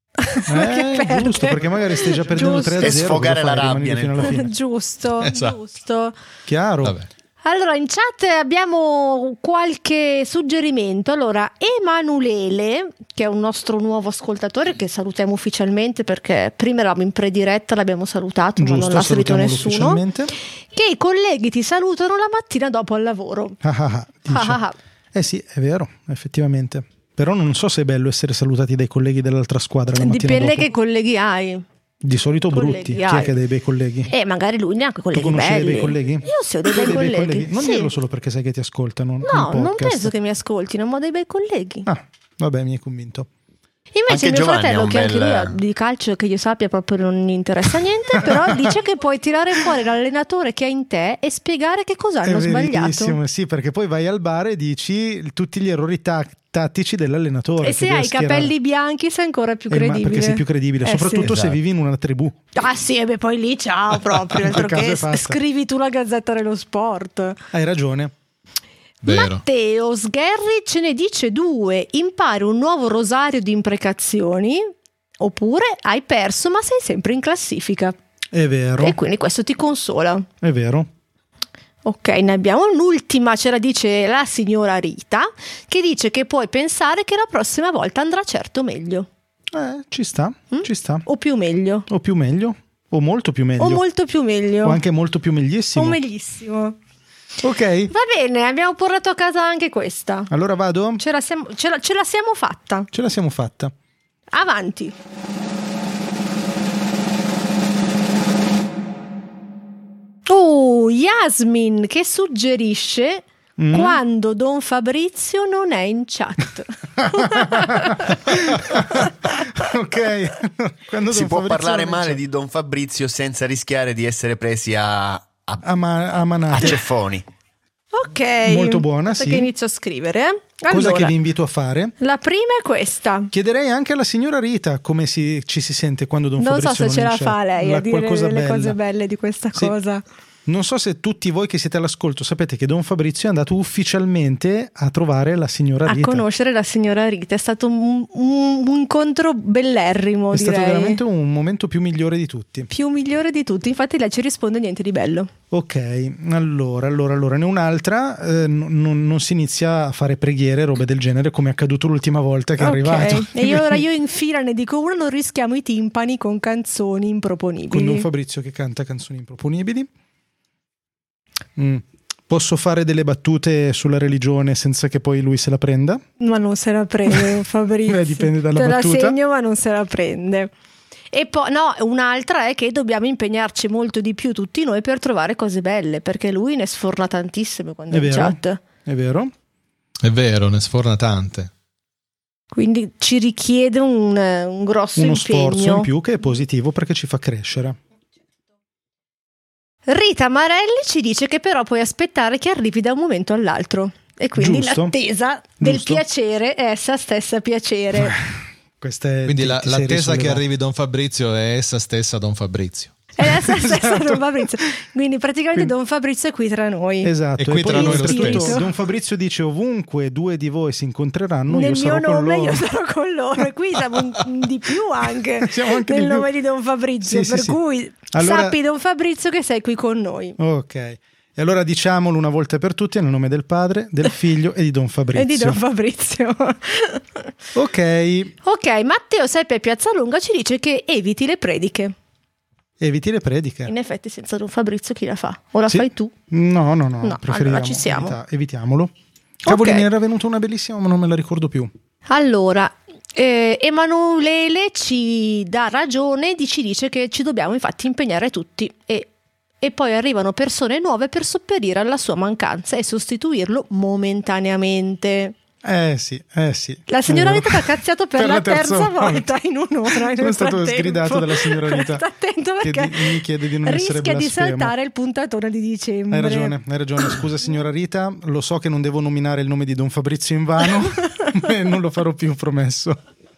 Eh, perde. giusto, perché magari stai già perdendo Giusto. tre a zero. E sfogare cosa la fai? rabbia Rimani fino alla fine. Giusto, Esatto. giusto. Chiaro? Vabbè. Allora, in chat abbiamo qualche suggerimento. Allora, Emanuele, che è un nostro nuovo ascoltatore, che salutiamo ufficialmente perché prima eravamo in prediretta, l'abbiamo salutato, ma non Giusto, l'ha seguito salutiamolo nessuno. ufficialmente. Che i colleghi ti salutano la mattina dopo al lavoro. Ah, ah, ah, dice. Ah, ah, ah. Eh sì, è vero, effettivamente. Però non so se è bello essere salutati dai colleghi dell'altra squadra la mattina Dipende dopo. che colleghi hai. Di solito colleghi brutti. Chi hai. è che ha dei bei colleghi? E magari lui ne ha Tu colleghi conosci dei belli. bei colleghi? Io sì, ho dei Tu hai bei colleghi. Non Sì. dirlo solo perché sai che ti ascoltano. No, il non podcast. penso che mi ascoltino, ma ho dei bei colleghi. Ah, vabbè, mi hai convinto. Invece Anche mio Giovanni fratello, è un che anche bel- lui di calcio, che io sappia, proprio non gli interessa niente, però dice che puoi tirare fuori l'allenatore che hai in te e spiegare che cosa hanno È sbagliato. verissimo, sì, perché poi vai al bar e dici tutti gli errori ta- tattici dell'allenatore. E se hai i capelli bianchi sei ancora più Eh, ma credibile. perché sei più credibile, Eh, soprattutto sì. se vivi in una tribù. Ah sì, e beh, poi lì ciao proprio, altro La casa che è fatta. scrivi tu la Gazzetta dello Sport. Hai ragione. Vero. Matteo Sgherri ce ne dice due: impari un nuovo rosario di imprecazioni, oppure hai perso ma sei sempre in classifica. È vero. E quindi questo ti consola. È vero. Ok, ne abbiamo un'ultima, ce la dice la signora Rita, che dice che puoi pensare che la prossima volta andrà certo meglio. Eh, ci sta, Mm? ci sta. O più meglio. O più meglio, o molto più meglio. O molto più meglio. O anche molto più meglissimo. O meglissimo. Ok. Va bene, abbiamo portato a casa anche questa. Allora vado? Ce la siamo, ce la, ce la siamo fatta. Ce la siamo fatta. Avanti. Oh, Yasmin che suggerisce Mm. quando Don Fabrizio non è in chat. Ok. Quando Si Don può Fabrizio parlare non c'è. male di Don Fabrizio senza rischiare di essere presi a, a, a, ma- a a manate. ceffoni. Ok. Molto buona, Aspetta sì. che inizio a scrivere. eh. Cosa Allora, che vi invito a fare? la prima è questa. Chiederei anche alla signora Rita come si, ci si sente quando Don Non so Fabrizio se ce non la c'è. fa lei a La- dire qualcosa le bella. cose belle di questa Sì. cosa. Non so se tutti voi che siete all'ascolto sapete che Don Fabrizio è andato ufficialmente a trovare la signora A Rita. conoscere la signora Rita è stato un, un- un incontro bellerrimo, È direi. stato veramente un momento più migliore di tutti. Più migliore di tutti, infatti lei ci risponde niente di bello. Ok, allora, allora, allora, ne un'altra, eh, non, non si inizia a fare preghiere, robe del genere, come è accaduto l'ultima volta che è Ok. arrivato. E io ora io in fila ne dico una, non rischiamo i timpani con canzoni improponibili. Con Don Fabrizio che canta canzoni improponibili. Mm. Posso fare delle battute sulla religione senza che poi lui se la prenda? Ma non se la prende Fabrizio. Beh, dipende dalla Te battuta. la segno ma non se la prende. E poi no, un'altra è che dobbiamo impegnarci molto di più tutti noi per trovare cose belle, perché lui ne sforna tantissime quando È è in vero. chat. È vero? È vero, ne sforna tante. Quindi ci richiede un, un grosso Uno impegno. sforzo in più che è positivo perché ci fa crescere. Rita Marelli ci dice che però puoi aspettare che arrivi da un momento all'altro. E quindi Giusto. l'attesa del Giusto. piacere è essa stessa piacere. Questa è, Quindi ti- la- ti sei l'attesa che risollevato. arrivi Don Fabrizio è essa stessa Don Fabrizio. È essa stessa Esatto. Don Fabrizio. Quindi praticamente Quindi- Don Fabrizio è qui tra noi. Esatto, E qui poi tra noi lo oltretutto stesso. Don Fabrizio dice ovunque due di voi si incontreranno, Nel io sarò mio con nome loro. io sarò con loro. E qui siamo un- di più anche, Siamo anche nel di più. nome di Don Fabrizio. Sì, sì, per sì. cui Allora- sappi Don Fabrizio che sei qui con noi. Ok, e allora diciamolo una volta per tutte nel nome del padre, del figlio e di Don Fabrizio. E di Don Fabrizio. Ok, Ok, Matteo Seppe a Piazzalunga ci dice che eviti le prediche. eviti le prediche. In effetti senza Don Fabrizio chi la fa? O la Sì. fai tu? No, no, no, No, preferiamo. allora ci siamo. evita- evitiamolo. Cavoli, Ok. mi era venuta una bellissima, ma non me la ricordo più. Allora, eh, Emanuele ci dà ragione, di- ci dice che ci dobbiamo infatti impegnare tutti e, e poi arrivano persone nuove per sopperire alla sua mancanza e sostituirlo momentaneamente. Eh sì, eh sì. La signora Allora- Rita ti ha cazziato per, la terza, volta in un'ora. nel Sono stato frattempo. sgridato dalla signora Rita. Sta attento che perché di- mi chiede di non essere rischia di blasfemo. saltare il puntatone di dicembre. Hai ragione, hai ragione. Scusa signora Rita, lo so che non devo nominare il nome di Don Fabrizio in vano e non lo farò più, promesso.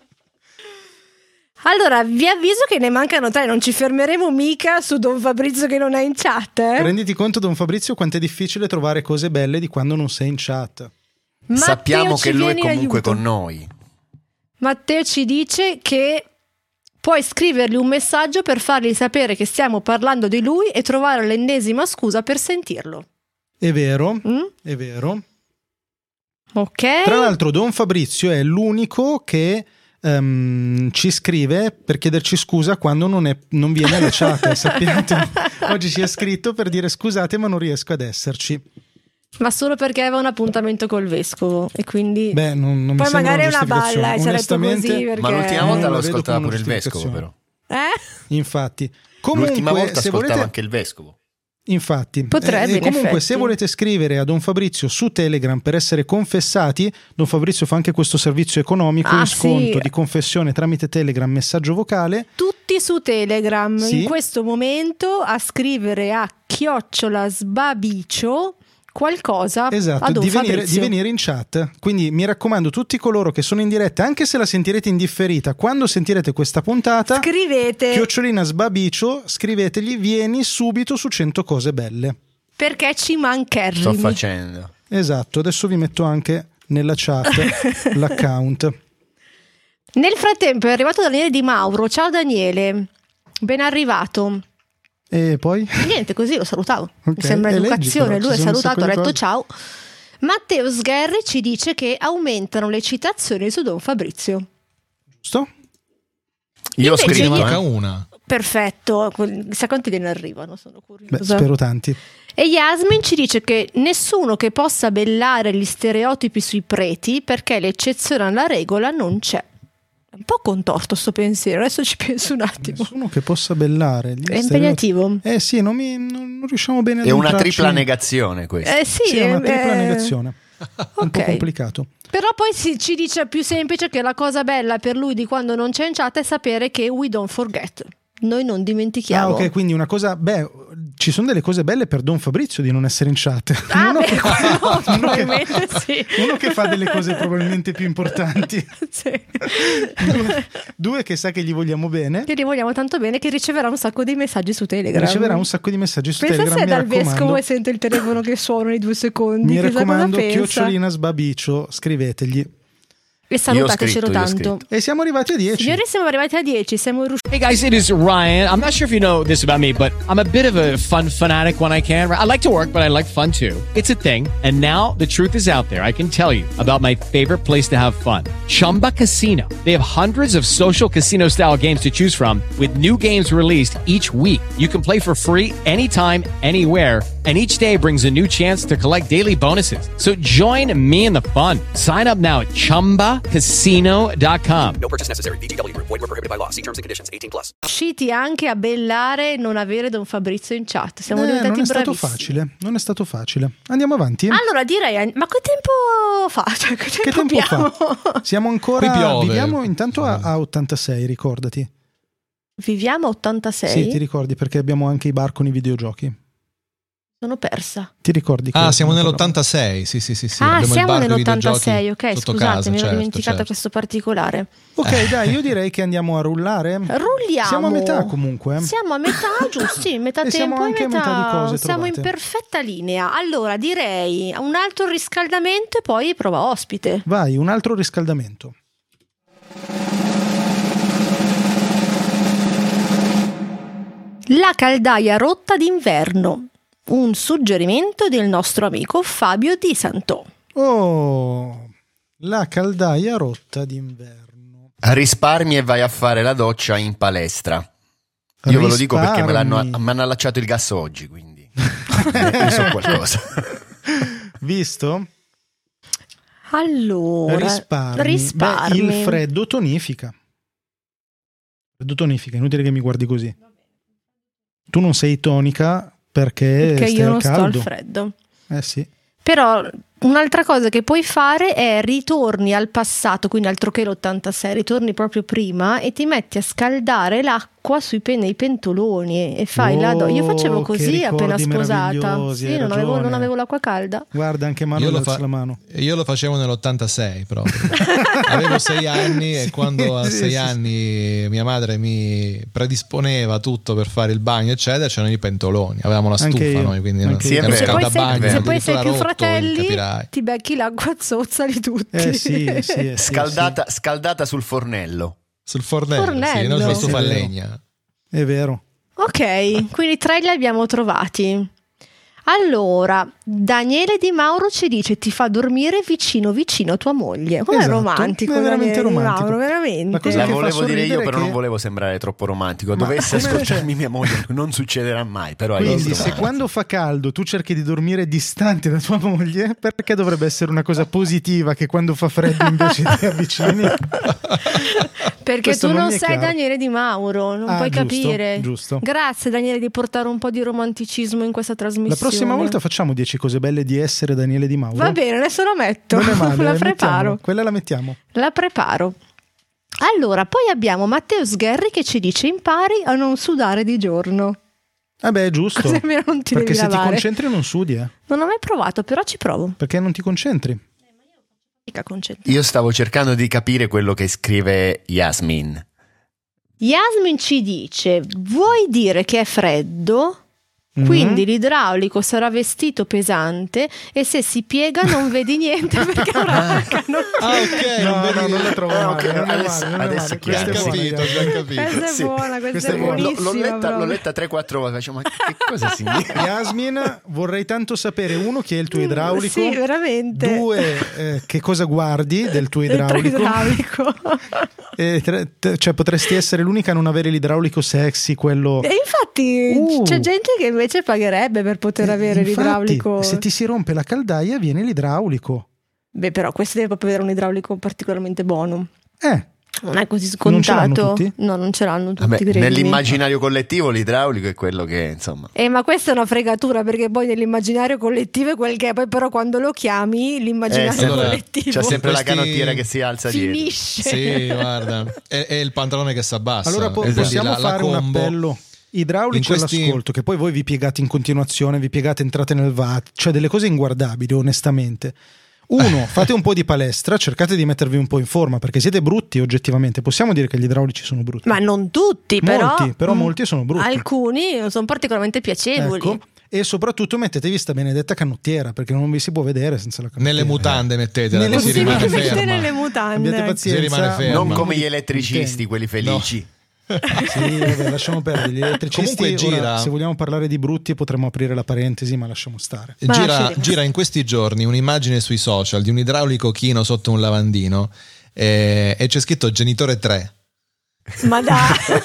Allora, vi avviso che ne mancano tre, non ci fermeremo mica su Don Fabrizio che non è in chat. Eh? Renditi conto, Don Fabrizio, quanto è difficile trovare cose belle di quando non sei in chat. Matteo Sappiamo ci che lui è viene in comunque aiuto. con noi. Matteo ci dice che puoi scrivergli un messaggio per fargli sapere che stiamo parlando di lui e trovare l'ennesima scusa per sentirlo. È vero, Mm? è vero. Ok. Tra l'altro Don Fabrizio è l'unico che ehm, ci scrive per chiederci scusa quando non, è, non viene alla chat. Sappiate, oggi ci ha scritto per dire scusate ma non riesco ad esserci. Ma solo perché aveva un appuntamento col vescovo e quindi Beh, non, non mi poi sembra magari è una giustificazione. balla, eh, ci ha detto Onestamente, così perché... Ma l'ultima Non volta la l'ho vedo ascoltata come pure il vescovo, giustificazione. però. Eh? Infatti, comunque, L'ultima volta se ascoltava volete, anche il vescovo. Infatti, Potrebbe, e in comunque effetti. se volete scrivere a Don Fabrizio su Telegram per essere confessati, Don Fabrizio fa anche questo servizio economico Ah, in sconto sì. di confessione tramite Telegram, messaggio vocale. Tutti su Telegram Sì. in questo momento a scrivere a chiocciola sbabicio qualcosa a Esatto, Don di venire, Fabrizio. di venire in chat. Quindi mi raccomando, tutti coloro che sono in diretta, anche se la sentirete in differita, quando sentirete questa puntata, Scrivete chiocciolina sbabicio, scrivetegli vieni subito su cento cose belle. perché ci mancherrimi. Sto facendo. Esatto, adesso vi metto anche nella chat l'account. Nel frattempo è arrivato Daniele Di Mauro. Ciao Daniele, ben arrivato. E poi? Niente, così lo salutavo. Ok, Mi sembra e leggi, educazione. però, Lui ci ha sono un salutato, ha sacco di detto cose. ciao. Matteo Sgherri ci dice che aumentano le citazioni su Don Fabrizio. Giusto? Io ho Invece scritto, io- Manca eh. una. Perfetto, chissà quanti gliene arrivano, sono curiosa. Beh, spero tanti. E Yasmin ci dice che nessuno che possa bellare gli stereotipi sui preti perché l'eccezione alla regola non c'è. È un po' contorto sto pensiero, adesso ci penso un attimo. Nessuno che possa bellare. gli È stereotipi. impegnativo. Eh sì, non, mi, non, non riusciamo bene ad È una entrarci. tripla negazione questa. Eh sì, Sì, è una eh, tripla eh, negazione. È un po' ok. complicato. Però poi si, ci dice più semplice che la cosa bella per lui di quando non c'è in chat è sapere che we don't forget. Noi non dimentichiamo. Ah, ok, quindi una cosa, beh, ci sono delle cose belle per Don Fabrizio di non essere in chat. Ah, uno, beh, che, quello uno, che, probabilmente sì. uno che fa delle cose probabilmente più importanti. Sì. Due, due che sa che gli vogliamo bene. Che gli vogliamo tanto bene che riceverà un sacco di messaggi su Telegram. Riceverà un sacco di messaggi su Pensa Telegram. se è mi dal raccomando. vescovo e sente il telefono che suona in due secondi. Mi chissà cosa raccomando, pensa. chiocciolina sbabicio, scrivetegli. E salutatecelo scritto, io ho tanto. E siamo arrivati a dieci. Signori, siamo arrivati a dieci. Siamo riusciti. Hey guys, it is Ryan. I'm not sure if you know this about me, but I'm a bit of a fun fanatic when I can. I like to work, but I like fun too. It's a thing. And now the truth is out there. I can tell you about my favorite place to have fun. Chumba Casino. They have hundreds of social casino style games to choose from with new games released each week. You can play for free anytime, anywhere. And each day brings a new chance to collect daily bonuses. So join me in the fun. Sign up now at chumba casino dot com. No purchase necessary. V G W Group. Void were prohibited by law. See terms and conditions. eighteen plus. riusciti anche a bellare e non avere Don Fabrizio in chat. Siamo Eh, diventati non è stato bravissimi. facile, non è stato facile. Andiamo avanti. Allora direi, ma che tempo fa? Cioè, che tempo, Che tempo abbiamo? fa? Siamo ancora, Qui piove. viviamo intanto a, a ottantasei, ricordati. Viviamo a ottantasei? Sì, ti ricordi perché abbiamo anche i bar con i videogiochi. Sono persa. Ti ricordi? Che Ah, siamo no, nell'ottantasei, sì sì sì, sì. ah, abbiamo il siamo bar con i nell'ottantasei, videogiochi ok, sotto scusate, casa, mi ero certo, dimenticata certo. questo particolare. Ok, dai, io direi che andiamo a rullare. Rulliamo. Siamo a metà comunque. eh. Siamo a metà, giusto? Sì, metà E siamo tempo anche e a metà. metà di cose Siamo in trovate. perfetta linea. Allora direi un altro riscaldamento e poi prova ospite. Vai, un altro riscaldamento. La caldaia rotta d'inverno. Un suggerimento del nostro amico Fabio Di Santò. Oh, la caldaia rotta d'inverno. Risparmi e vai a fare la doccia in palestra. Io ve lo dico perché me l'hanno, Risparmi. mi hanno allacciato il gas oggi, quindi ne, ne so qualcosa. Visto? Allora, Risparmi. risparmi. Beh, il freddo tonifica. Freddo tonifica, inutile che mi guardi così. Tu non sei tonica perché, Perché stai io al non sto al caldo. freddo. Eh sì. Però un'altra cosa che puoi fare è ritorni al passato, quindi altro che l'ottantasei, ritorni proprio prima e ti metti a scaldare l'acqua sui pen- nei pentoloni e fai Oh, la do- Io facevo che così appena ricordi sposata. meravigliosi, Sì, hai non avevo, ragione. non avevo l'acqua calda. Guarda, anche Manuel Io lo, alza fa- la mano. io lo facevo nell'ottantasei proprio. Avevo sei anni e Sì, quando a sì, sei sì, anni mia madre mi predisponeva tutto per fare il bagno eccetera, c'erano i pentoloni, avevamo la Anche stufa io, noi, quindi anche io. era Sì, un è vero. Se poi sei, scaldabagno, se poi sei addirittura più rotto, fratelli, capirai. ti becchi l'acqua zozzali tutti. Eh sì, sì, sì, Scaldata, scaldata sul fornello. Sul fornello, Fornello. sì, non sulla stufa a Sì, è vero. legna. È vero. Ok, quindi tre li abbiamo trovati. Allora, Daniele Di Mauro ci dice ti fa dormire vicino vicino a tua moglie. Com'è Esatto, romantico, è veramente Daniele Di romantico. Mauro, veramente. La cosa La che fa volevo dire io, sorridere però che- non volevo sembrare troppo romantico. Ma Dovesse come- ascoltarmi mia moglie, non succederà mai. Però hai Quindi visto? se quando fa caldo tu cerchi di dormire distante da tua moglie, perché dovrebbe essere una cosa positiva che quando fa freddo invece ti avvicini? Perché Questo tu non, mi è sei chiaro. Daniele Di Mauro, non Ah, puoi giusto, capire. giusto. Grazie Daniele di portare un po' di romanticismo in questa trasmissione. La prossima volta facciamo dieci cose belle di essere Daniele Di Mauro. Va bene, adesso la metto. Non è male, la eh, preparo. mettiamola. Quella la mettiamo. La preparo. Allora, poi abbiamo Matteo Sgherri che ci dice impari a non sudare di giorno. Eh beh, è giusto. Così almeno non ti Perché devi se ti lavare. concentri non sudi, eh. Non ho mai provato, però ci provo. Perché non ti concentri? Mica concentri. Io stavo cercando di capire quello che scrive Yasmin. Yasmin ci dice: vuoi dire che è freddo? Quindi l'idraulico sarà vestito pesante e se si piega non vedi niente perché avrà la canottiera. Ah, ok, No, non no, vedi- non la trovo Ah, male, ok, non è adesso- male, non è adesso male. è chiaro. Questa è Già buona, capito, Yasmin. già capito. Questa è Sì, buona, questa, questa è è buona. L'ho, buonissima. l'ho letta, proprio. l'ho letta tre quattro volte, faccio, ma che cosa significa? Yasmin, vorrei tanto sapere uno chi è il tuo idraulico. Sì, veramente. Due, eh, che cosa guardi del tuo Del tuo idraulico. idraulico. E tre- te- cioè potresti essere l'unica a non avere l'idraulico sexy, quello. E infatti Uh. c'è gente che invece pagherebbe per poter avere Infatti, l'idraulico. se ti si rompe la caldaia viene l'idraulico. Beh, però questo deve proprio avere un idraulico particolarmente buono. Eh, Non è così Non ce l'hanno scontato. tutti? No, non ce l'hanno tutti, Vabbè, credimi. nell'immaginario collettivo l'idraulico è quello che, insomma... Eh, ma questa è una fregatura perché poi nell'immaginario collettivo è quel che è, poi però quando lo chiami l'immaginario Eh, sì, allora, collettivo C'è sempre Questi- la canottiera che si alza dietro. finisce. Sì, guarda, è, è il pantalone che si abbassa. allora po- Quindi possiamo la- la fare un combo- appello. Idraulici In questi- all'ascolto, che poi voi vi piegate in continuazione, vi piegate, entrate nel V A T, cioè delle cose inguardabili, onestamente. Uno, fate un po' di palestra, cercate di mettervi un po' in forma perché siete brutti oggettivamente. Possiamo dire che gli idraulici sono brutti. Ma non tutti, però. Molti, però Mm, molti sono brutti. Alcuni sono particolarmente piacevoli. Ecco. E soprattutto mettetevi sta benedetta canottiera perché non vi si può vedere senza la canottiera. Nelle mutande mettetela, Nelle così mutande. rimane Mettete ferma. nelle mutande. Abbiate pazienza. Si rimane ferma. Non Ferma. come gli elettricisti, quelli felici. Sì, vabbè, lasciamo perdere gli elettricisti. Comunque ora, gira- se vogliamo parlare di brutti potremmo aprire la parentesi, ma lasciamo stare. Ma Gira, lasciate- gira in questi giorni un'immagine sui social di un idraulico chino sotto un lavandino eh, e c'è scritto genitore tre. Ma dai.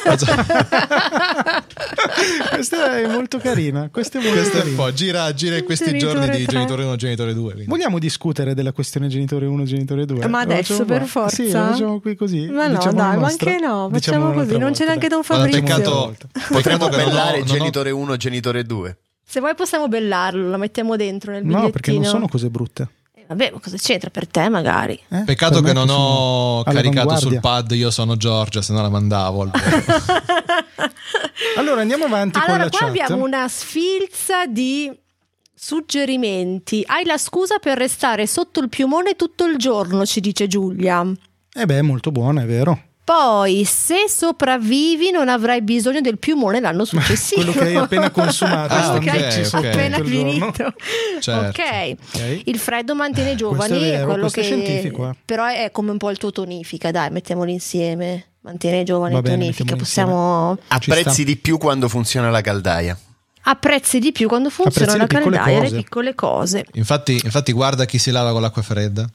Questa è molto carina. Questa è molto Questo è un carina. po', gira, gira in questi Genitore giorni di tre. genitore uno, genitore due. quindi. Vogliamo discutere della questione genitore uno, genitore due? Ma Lo adesso facciamo per qua? forza? Sì, lo facciamo qui così. Ma no, Diciamo la dai, ma nostra? anche no, Diciamo facciamo un'altra così, non c'è volta, neanche dai. Don Guarda, Fabrizio. peccato, Potremmo peccato che non ho- bellare non ho- genitore uno, genitore due. Se vuoi possiamo bellarlo, lo mettiamo dentro nel No, bigliettino. perché non sono cose brutte. Eh, Vabbè, ma cosa c'entra per te magari? Eh? Peccato Per me che non sono ho caricato sul all'avanguardia. pad io sono Giorgia, se no la mandavo. al volo. Allora andiamo avanti con Allora, la qua chat. abbiamo una sfilza di suggerimenti. Hai la scusa per restare sotto il piumone tutto il giorno, ci dice Giulia. Eh beh, è molto buona, è vero. Poi, se sopravvivi, non avrai bisogno del piumone l'anno successivo. Quello che hai appena consumato, Ah, Quello che hai ok, ok. appena tutto il giorno. finito. Certo. Ok. Ok. Il freddo mantiene i giovani, Questo è vero, quello questo è che scientifico, eh. però è come un po' il tuo tonifica, dai, mettiamoli insieme. Mantiene i giovani Va e bene, tonifica, mettiamoli possiamo Apprezzi sta. di più quando funziona la caldaia. apprezzi di più quando funziona Apprezzi la le piccole caldaia, le cose. piccole cose. Infatti, infatti guarda chi si lava con l'acqua fredda.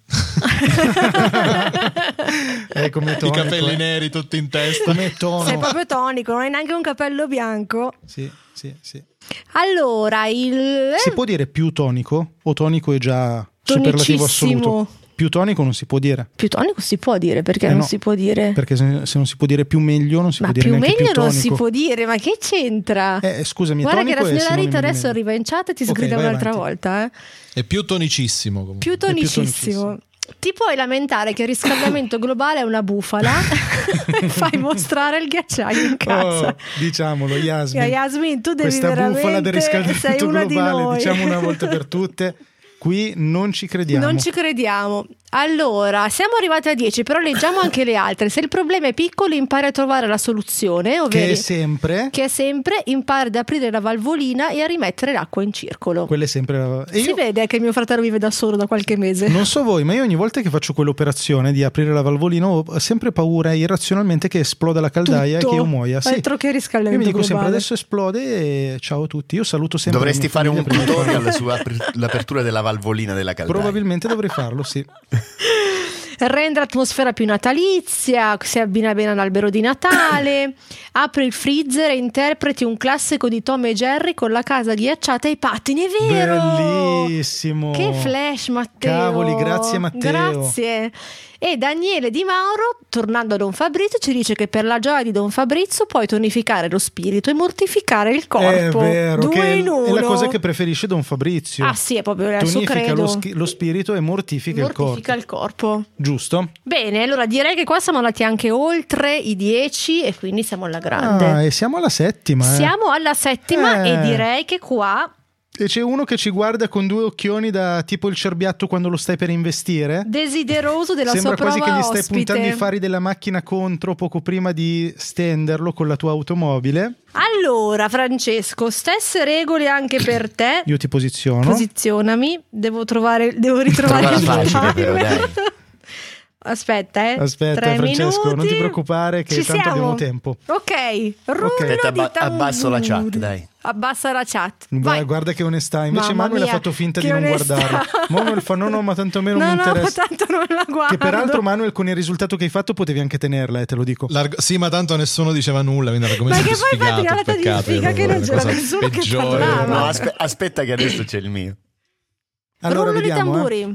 È come I tonico, capelli eh. neri tutti in testa. Come tono. Sei proprio tonico, non hai neanche un capello bianco. Sì, sì, sì. Allora, il Si può dire più tonico? O tonico è già superlativo Tonicissimo. assoluto? Più tonico non si può dire. più tonico si può dire, perché Eh non no, si può dire? Perché se, se non si può dire più meglio, non si Ma può dire più neanche meglio più non tonico. si può dire, ma che c'entra? Eh, scusami, Guarda che tonico la è signora sinonimo Rita di adesso meglio. arriva in chat e ti Ok, sgrida vai un'altra avanti. volta, eh. È più tonicissimo comunque. Più tonicissimo. tonicissimo. Ti puoi lamentare che il riscaldamento globale è una bufala e fai mostrare il ghiacciaio in casa. Oh, diciamolo, Yasmin. Yasmin, tu devi Questa veramente bufala del sei riscaldamento una di globale, noi. diciamo una volta per tutte, qui non ci crediamo. Non ci crediamo. Allora, siamo arrivati a dieci, però leggiamo anche le altre. Se il problema è piccolo, impari a trovare la soluzione, ovvero Che è sempre che è sempre impari ad aprire la valvolina e a rimettere l'acqua in circolo. quella è sempre la... e Si io vede che mio fratello vive da solo da qualche mese. non so voi, ma io ogni volta che faccio quell'operazione di aprire la valvolina ho sempre paura irrazionalmente che esploda la caldaia Tutto. e che io muoia. Sì. Altro che Io riscaldamento mi dico sempre globale. adesso esplode e ciao a tutti. Io saluto sempre. Dovresti la fare mia un famiglia prima di tutorial farlo. sull'apertura della valvolina della caldaia. Probabilmente dovrei farlo, sì. Rende l'atmosfera più natalizia, si abbina bene all'albero di Natale. Apri il freezer e interpreti un classico di Tom e Jerry con la casa ghiacciata e i pattini, è vero? Bellissimo. Che flash, Matteo. Cavoli, grazie, Matteo. Grazie. E Daniele Di Mauro, tornando a Don Fabrizio, ci dice che per la gioia di Don Fabrizio puoi tonificare lo spirito e mortificare il corpo. È vero, Due che in uno. è la cosa che preferisce Don Fabrizio. Ah sì, è proprio il suo Tonifica credo. lo, schi- lo spirito e mortifica, Mortifica il corpo. il corpo. Giusto? Bene, allora direi che qua siamo andati anche oltre i dieci e quindi siamo alla grande. Ah, e siamo alla settima. eh. Siamo alla settima Eh. e direi che qua, E c'è uno che ci guarda con due occhioni da tipo il cerbiatto quando lo stai per investire. desideroso della Sembra sua quasi prova che gli stai ospite. puntando i fari della macchina contro poco prima di stenderlo con la tua automobile. Allora, Francesco, stesse regole anche per te. Io ti posiziono. Posizionami, devo trovare, devo ritrovare Trovala il facile, time. però, dai. Aspetta, eh. Aspetta, Tre Francesco, minuti. non ti preoccupare che Ci tanto siamo. abbiamo tempo. Ok, rullo Aspetta, di abba- abbasso la chat, tamburi. dai. Abbassa la chat. Vai, Vai. guarda che onestà. Invece Mamma Manuel ha mia, fatto finta che di non onestà. guardarlo. Manuel fa: no, no, ma tanto a me non No, mi no, ma interessa. tanto non la guardo. Che peraltro, Manuel, con il risultato che hai fatto, potevi anche tenerla, eh, te lo dico. L'arg- sì, ma tanto nessuno diceva nulla, quindi l'argomento Ma che è poi infatti sfigato. la data di peccato, sfiga è che non una c'era cosa nessuno che peggiore. parlava. No, aspe- aspetta che adesso c'è il mio. Allora, Rullo di vediamo. eh. tamburi.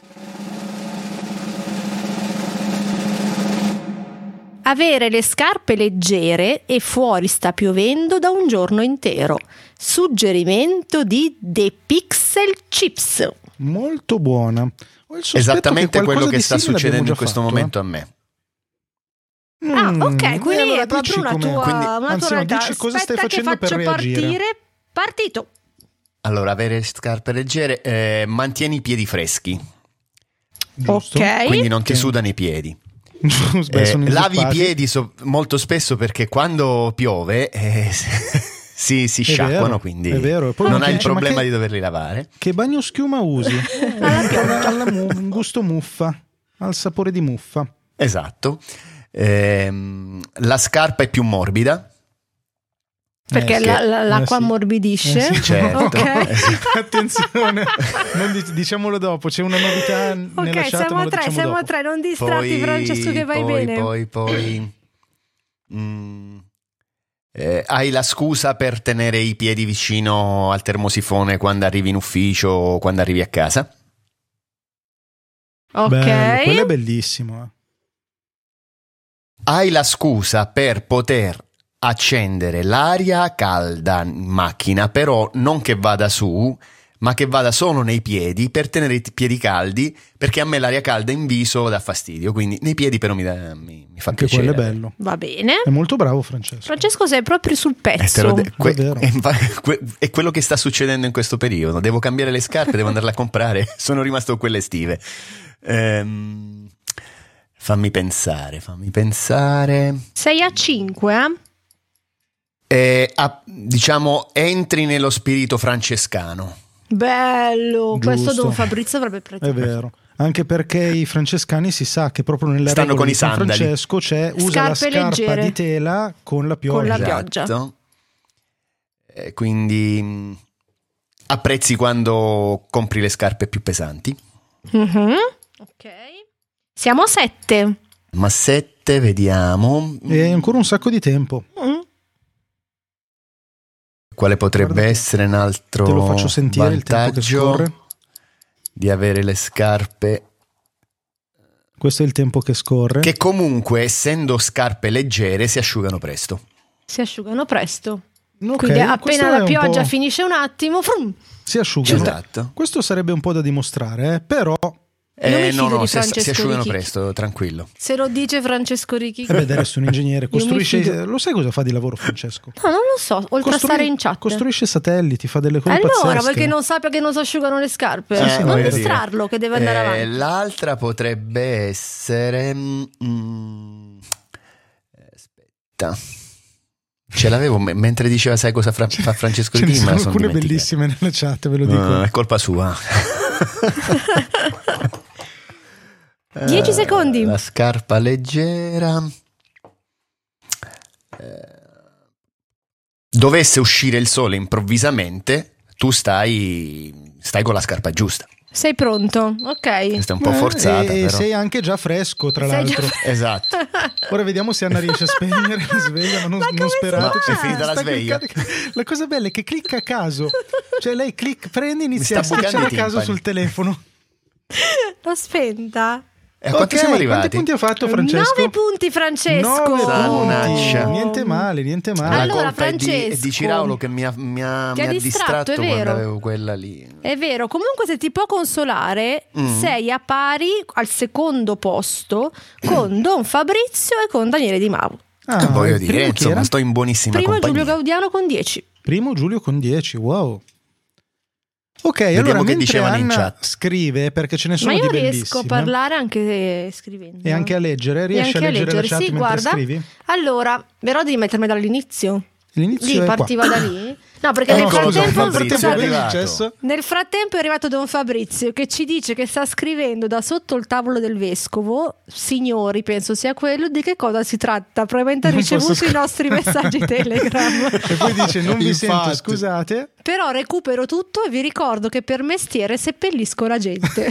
Avere le scarpe leggere e fuori sta piovendo da un giorno intero. Suggerimento di The Pixel Chips. Molto buona. Ho il sospetto Esattamente che quello qualcosa che di sta simile succedendo abbiamo in già questo fatto, momento a me. eh. Ah, Mm, ok, e quindi allora è proprio dici una come- tua, quindi- una anzi, tua no, realtà. dici cosa stai Aspetta che facendo per faccio reagire. partire. Partito. Allora, avere scarpe leggere, eh, mantieni i piedi freschi, Giusto? Ok. quindi non ti sudano i piedi. Beh, Eh, sono lavi i inzuppati. piedi so- molto spesso perché quando piove eh, si, si È sciacquano, vero, quindi è vero. E poi non uno hai il dice, ma problema che- di doverli lavare. Che bagno schiuma usi? alla, alla mu- un gusto muffa, al sapore di muffa. Esatto. Ehm, la scarpa è più morbida. Perché Eh, sì. la- la- l'acqua Eh, sì. ammorbidisce. Eh, sì. Certo. Ok. Attenzione, non dic- diciamolo dopo, c'è una novità nella Ok, chat, siamo ma a lo tre, diciamo siamo a dopo. tre, non distratti Francesco che vai poi, bene. Poi, poi, mm, eh, hai la scusa per tenere i piedi vicino al termosifone quando arrivi in ufficio o quando arrivi a casa. Ok. Bello, quello è bellissimo. eh. Hai la scusa per poter accendere l'aria calda in macchina, però non che vada su, ma che vada solo nei piedi per tenere i piedi caldi, perché a me l'aria calda in viso dà fastidio, quindi nei piedi però mi, dà, mi, mi fa Anche piacere. quello è bello. Va bene. È molto bravo Francesco. Francesco sei proprio sul Eh, te pezzo. lo de- que- Davvero. è, infa- que- è quello che sta succedendo in questo periodo. Devo cambiare le scarpe, devo andarle a comprare. Sono rimasto con quelle estive. Ehm, fammi pensare, fammi pensare. Sei a cinque, eh? Eh, ah, diciamo, entri nello spirito francescano. Bello. Giusto. Questo Don Fabrizio avrebbe È apprezzato. vero. Anche perché i francescani si sa che proprio nella Stanno regola con di i San sandali. Francesco c'è usa la Scarpe scarpa leggere. di tela con la pioggia. Con la pioggia. Esatto. Eh, quindi mh, apprezzi quando compri le scarpe più pesanti. Mhm. Ok. Siamo a sette. Ma sette, vediamo. E hai ancora un sacco di tempo. Mm. Quale potrebbe Guarda che essere un altro Te lo faccio sentire il tempo che vantaggio scorre. di avere le scarpe Questo è il tempo che scorre. che comunque, essendo scarpe leggere, si asciugano presto. Si asciugano presto. Ok, Quindi questo appena è la un pioggia po'- finisce un attimo, frum, si asciugano. Esatto. Questo sarebbe un po' da dimostrare, eh, però Eh, mi no, fido no, di si, si Francesco asciugano Ricchi. presto, tranquillo. se lo dice Francesco Ricchi. eh beh, adesso è un ingegnere, Io mi costruisce, fido. lo sai cosa fa di lavoro Francesco? No, non lo so, oltre Costrui- a stare in chat. Costruisce satelliti, fa delle cose Allora, pazzesche. vuoi che non sappia che non si asciugano le scarpe? Eh, non voglio distrarlo, dire. che deve andare Eh, avanti. L'altra potrebbe essere mm, aspetta. Ce l'avevo me- mentre diceva sai cosa fra- fa Francesco Ce ne Ricchi, sono ma sono alcune dimenticato. bellissime nella chat, ve lo dico. No, è colpa sua. Dieci secondi. La scarpa leggera. Eh, Dovesse uscire il sole improvvisamente, tu stai, stai con la scarpa giusta. Sei pronto? Ok. Questa è un po' Eh, forzata, e però. sei anche già fresco, tra Sei già l'altro. Esatto. Ora vediamo se Anna riesce a spegnere la sveglia, ma non, Ma non come sperate. si fa? È finita la Sta sveglia. cliccando- La cosa bella è che clicca a caso. Cioè lei clic, prende e Mi inizia a sta bucando schiacciare a i caso timpani. sul telefono. L'ho spenta. E a quanto Ok, siamo quanti arrivati? punti ha fatto Francesco? Nove punti, Francesco. Nove Mannaggia. punti. Niente male, niente male. La Allora, colpa è di, è Francesco. di Ciraulo che mi ha, mi ha- Ti mi ha ha distratto, distratto è quando vero. avevo quella lì. È vero, comunque se ti può consolare, Mm. sei a pari al secondo posto con Don Fabrizio e con Daniele Di Mauro. Ah, Voglio il dire, primo chi insomma, era? sto in buonissima Primo compagnia. Giulio Gaudiano con dieci. Primo Giulio con dieci, wow. Ok, Vediamo allora che mentre dicevano in Anna chat. scrive, perché ce ne sono Ma io di riesco bellissime, a parlare anche scrivendo. e anche a leggere, E riesci a anche leggere, la chat sì, mentre guarda. scrivi? Allora, però devi mettermi dall'inizio. L'inizio Lì è qua. partiva da lì? No, perché Eh, nel no, scusa, frattempo, nel frattempo Fabrizio è cosa è arrivato. successo? nel frattempo è arrivato Don Fabrizio che ci dice che sta scrivendo da sotto il tavolo del vescovo, signori, penso sia quello, di che cosa si tratta. Probabilmente ha Non ricevuto posso i sc- nostri messaggi Telegram. E poi dice non vi sento, Infatti. scusate. Però recupero tutto e vi ricordo che per mestiere seppellisco la gente.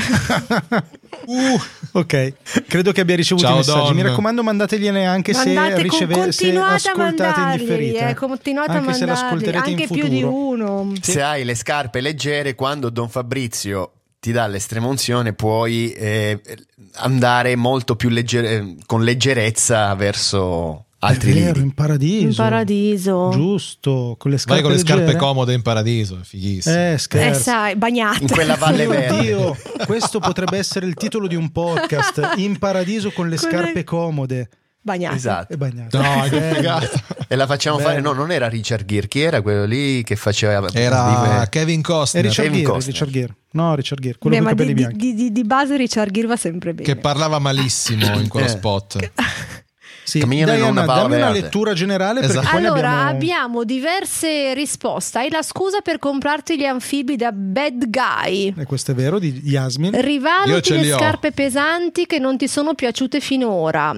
Uh, ok, credo che abbia ricevuto Ciao, i messaggi. Don. Mi raccomando, mandategliene anche se Mandate, con- riceve, se continuate a ascoltate in mandarli, differita. eh, continuate anche a se mandarli, l'ascolterete anche in più futuro. di uno. Se hai le scarpe leggere, quando Don Fabrizio ti dà l'estrema unzione, puoi eh, andare molto più leggere, con leggerezza verso altri È vero, lidi. in paradiso. In paradiso. Giusto, con le scarpe Vai con le scarpe leggere. comode in paradiso, è fighissimo. Eh, Eh scherzo. sai, bagnate. In quella valle verde. Oddio, questo potrebbe essere il titolo di un podcast. In paradiso con le Con le- scarpe comode Bagnate. Esatto. e bagnate. No, che Bello. figata. E la facciamo Bello. fare. No, non era Richard Gere, chi era quello lì che faceva? Era di- Kevin È Costner Richard Kevin Gere, Costner. Richard Gere. No, Richard Gere, quello Beh, con i ma capelli di, bianchi. di, di, di base Richard Gere va sempre bene. che parlava malissimo in quello Eh. spot. Sì. Camminano in Diana, una palla dammi una verde. lettura generale perché Esatto. poi ne Allora, abbiamo... abbiamo diverse risposte. Hai la scusa per comprarti gli anfibi da bad guy. E questo è vero, di Yasmin. Io Rivaluti ce li le ho. scarpe pesanti che non ti sono piaciute finora.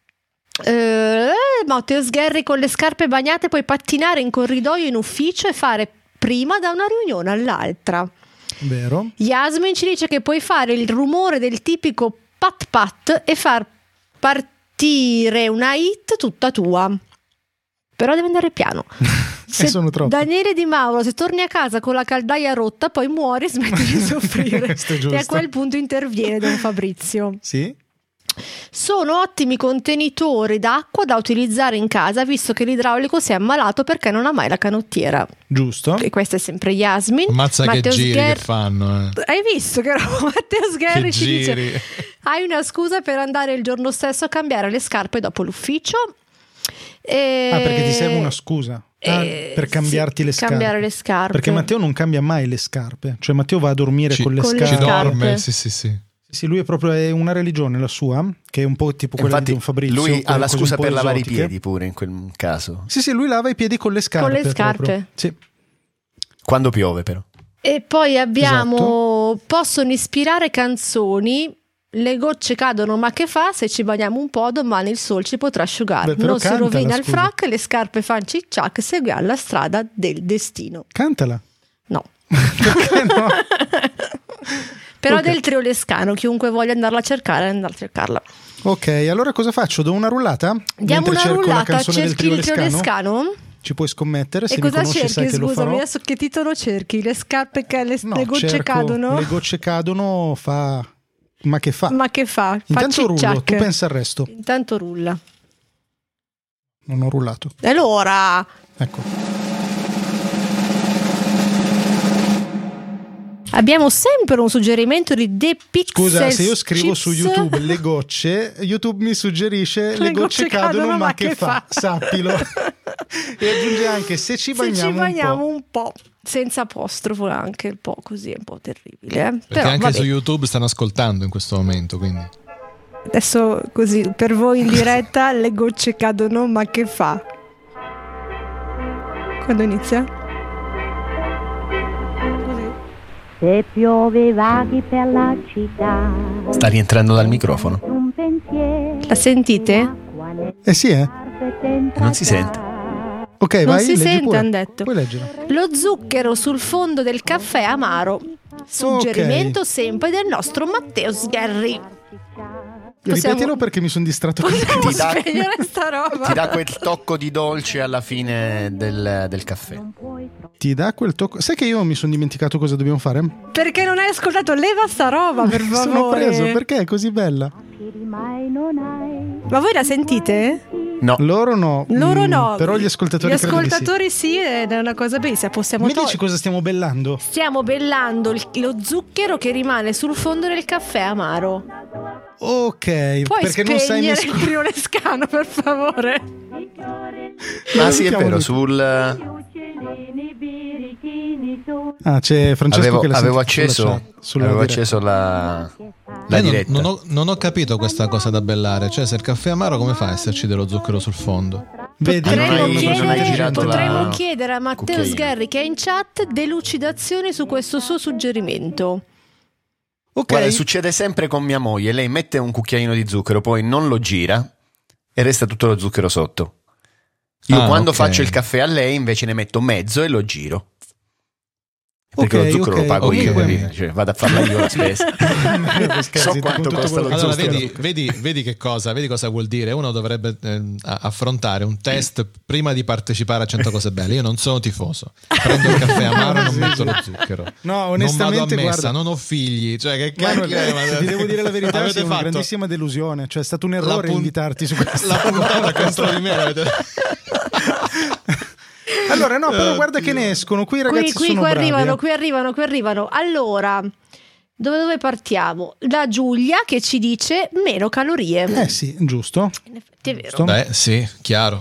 Eh, Matteo Sgherri, con le scarpe bagnate puoi pattinare in corridoio in ufficio e fare prima da una riunione all'altra. Vero. Yasmin ci dice che puoi fare il rumore del tipico pat pat e far partire una hit tutta tua. Però deve andare piano. Se sono troppo. Daniele Di Mauro, se torni a casa con la caldaia rotta, poi muori e smetti di soffrire. Questo è E giusto. a quel punto interviene Don Fabrizio. Sì. Sono ottimi contenitori d'acqua da utilizzare in casa, visto che l'idraulico si è ammalato perché non ha mai la canottiera. Giusto. E questa è sempre Yasmin. Ammazza che Matteo giri Sgher- che fanno. Eh. Hai visto che Matteo Sgherri Che ci dice: giri. hai una scusa per andare il giorno stesso a cambiare le scarpe dopo l'ufficio? E... Ah, perché ti serve una scusa. Ah, Eh, per cambiarti sì, le scarpe. cambiare le scarpe. Perché Matteo non cambia mai le scarpe. Cioè Matteo va a dormire Ci, con le con le scarpe. ci scarpe. dorme, sì, sì, sì. Sì, lui è proprio è una religione la sua, che è un po' tipo quella Infatti, di Don Fabrizio. lui ha quelle la cose scusa un po' per lavare i esotiche. piedi pure in quel caso. Sì, sì, lui lava i piedi con le scarpe. Con le scarpe. proprio. Sì. Quando piove, però. E poi abbiamo: Esatto. possono ispirare canzoni. Le gocce cadono, ma che fa? Se ci bagniamo un po', domani il sol ci potrà asciugare. Beh, però non si cantala, rovina il scusa. frac, le scarpe fan cicciac, seguiamo la strada del destino. Cantala. No. Perché no? Però Ok. del trio Lescano, chiunque voglia andarla a cercare, andare a cercarla. Ok, allora cosa faccio? Do una rullata? Diamo Mentre una cerco la rullata, canzone del cerchi trio il trio Lescano? Lescano? Ci puoi scommettere, se E mi cosa conosci sai cerchi? che lo Scusami, farò. adesso che titolo cerchi? Le scarpe che le, No, le gocce cerco- cadono? Le gocce cadono fa... Ma che fa? Ma che fa? Fa Intanto rullo, cicciac. tu pensa al resto. Intanto rulla. Non ho rullato. E allora, Ecco. abbiamo sempre un suggerimento di The Pixel. Scusa, se io scrivo Chips. su YouTube le gocce, YouTube mi suggerisce le, gocce cadono, ma che fa? Sappilo. E aggiunge anche se ci Se bagniamo, ci bagniamo un po'. un po', senza apostrofo anche un po' così, è un po' terribile. Eh? Perché Però anche vabbè, su YouTube stanno ascoltando in questo momento, quindi. adesso così per voi in diretta le gocce cadono, ma che fa? Quando inizia? Così. Se piove vaghi per la città, Sta rientrando dal microfono. un pensiero. La sentite? Eh sì, eh. Non si sente. Ok, Non vai, si leggi sente, pure. han detto. Puoi leggere. Lo zucchero sul fondo del caffè amaro. Suggerimento sempre del nostro Matteo Sgherri. Possiamo- Ripetilo perché mi sono distratto con Possiamo Ti dà- spegnere sta roba? Ti dà quel tocco di dolce alla fine del, del caffè. Ti dà quel tocco. Sai che io mi sono dimenticato cosa dobbiamo fare? Perché non hai ascoltato? Leva sta roba, per Mi favore. sono preso perché è così bella. Ma voi la sentite? No. Loro no. Loro Mm, no. Però gli ascoltatori Gli credo di sì. ascoltatori sì, ed è una cosa bellissima. Possiamo Mi tol- dici cosa stiamo bellando? Stiamo bellando il- lo zucchero che rimane sul fondo del caffè amaro. Ok, Puoi perché non sai spegnere il mescolare. triolescano, per favore? Ah sì, è Cavolo. vero, sul... Ah, c'è Francesco Avevo, che l'ha avevo sentito sulla acceso, chat, sulla avevo diretta. acceso la, la Io non, diretta. non ho, non ho capito questa cosa da bellare. Cioè, se il caffè è amaro, come fa a esserci dello zucchero sul fondo? Vedi, non Potremmo, hai- non hai chiedere, girato la potremmo chiedere a Matteo cucchiaino. Sgarri, che è in chat, delucidazioni su questo suo suggerimento. Ok, Guarda, succede sempre con mia moglie. Lei mette un cucchiaino di zucchero, poi non lo gira e resta tutto lo zucchero sotto. Io Ah, quando ok. faccio il caffè a lei invece ne metto mezzo e lo giro. Perché Ok, lo zucchero ok, lo pago io, comunque- capito? Cioè, vado a farla io la spesa. Scherzi, So con quanto tutto costa lo quello- Allora, zucchero. vedi, vedi, vedi che cosa, vedi cosa vuol dire? Uno dovrebbe eh, a- affrontare un test prima di partecipare a cento cose belle. Io non sono tifoso. Prendo il caffè amaro e non Sì, metto sì. lo zucchero. No, Non vado a onestamente, messa, guarda, non ho figli. Cioè, che Manuel, cacchio è? Ma- se ti devo dire la verità, Avete sei una fatto grandissima delusione. Cioè, è stato un errore pun- invitarti su questa la puntata contro di me. avete- Allora, no, però guarda che ne escono. Qui i Qui, ragazzi qui, sono qui bravi. arrivano, eh. qui arrivano, qui arrivano. Allora, dove, dove partiamo? Da Giulia che ci dice meno calorie. Eh sì, giusto. In effetti è vero. Giusto. Beh, sì, chiaro.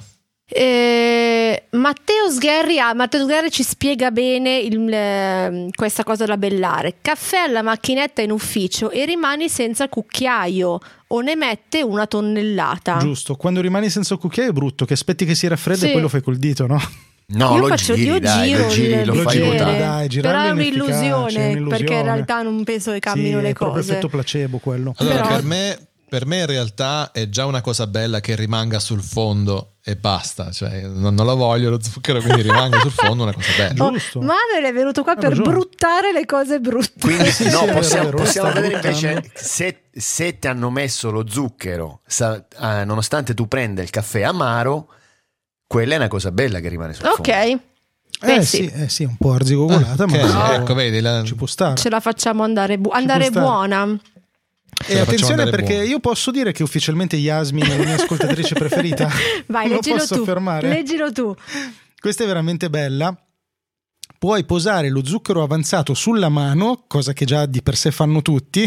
Eh, Matteo Sgherri, ah, Matteo Sgherri ci spiega bene il, eh, questa cosa da bellare. Caffè alla macchinetta in ufficio e rimani senza cucchiaio o ne mette una tonnellata. Giusto, quando rimani senza cucchiaio è brutto, che aspetti che si raffredda Sì. e poi lo fai col dito, no? No, io lo faccio, giri, io dai, giro lo giri, il lo fai bicchiere, ruotare. Dai, girarlo però è è inefficace, un'illusione, è un'illusione. perché in realtà non penso che cammino Sì, le è proprio cose. effetto placebo quello. Allora, Però- per me, per me in realtà è già una cosa bella che rimanga sul fondo e basta. Cioè, non, non la voglio lo zucchero, quindi rimanga sul fondo una cosa bella. Oh, Giusto. Manuel è venuto qua Hai per ragione. bruttare le cose brutte. Quindi Sì, no, sì, è vero, possiamo, è vero, possiamo sta vedere invece buttando. se, se ti hanno messo lo zucchero, sa- ah, nonostante tu prenda il caffè amaro, quella è una cosa bella che rimane sul Ok, fondo. beh, Eh sì. sì, eh sì, un po' arzigogolata, Ok, ma ecco, vedi, la- ci può stare. ce la facciamo andare, bu- andare stare. buona. E la facciamo attenzione andare perché buona. io posso dire che ufficialmente Yasmin è la mia ascoltatrice preferita. Vai, Lo leggilo posso tu. affermare? Leggilo tu. Questa è veramente bella. Puoi posare lo zucchero avanzato sulla mano, cosa che già di per sé fanno tutti,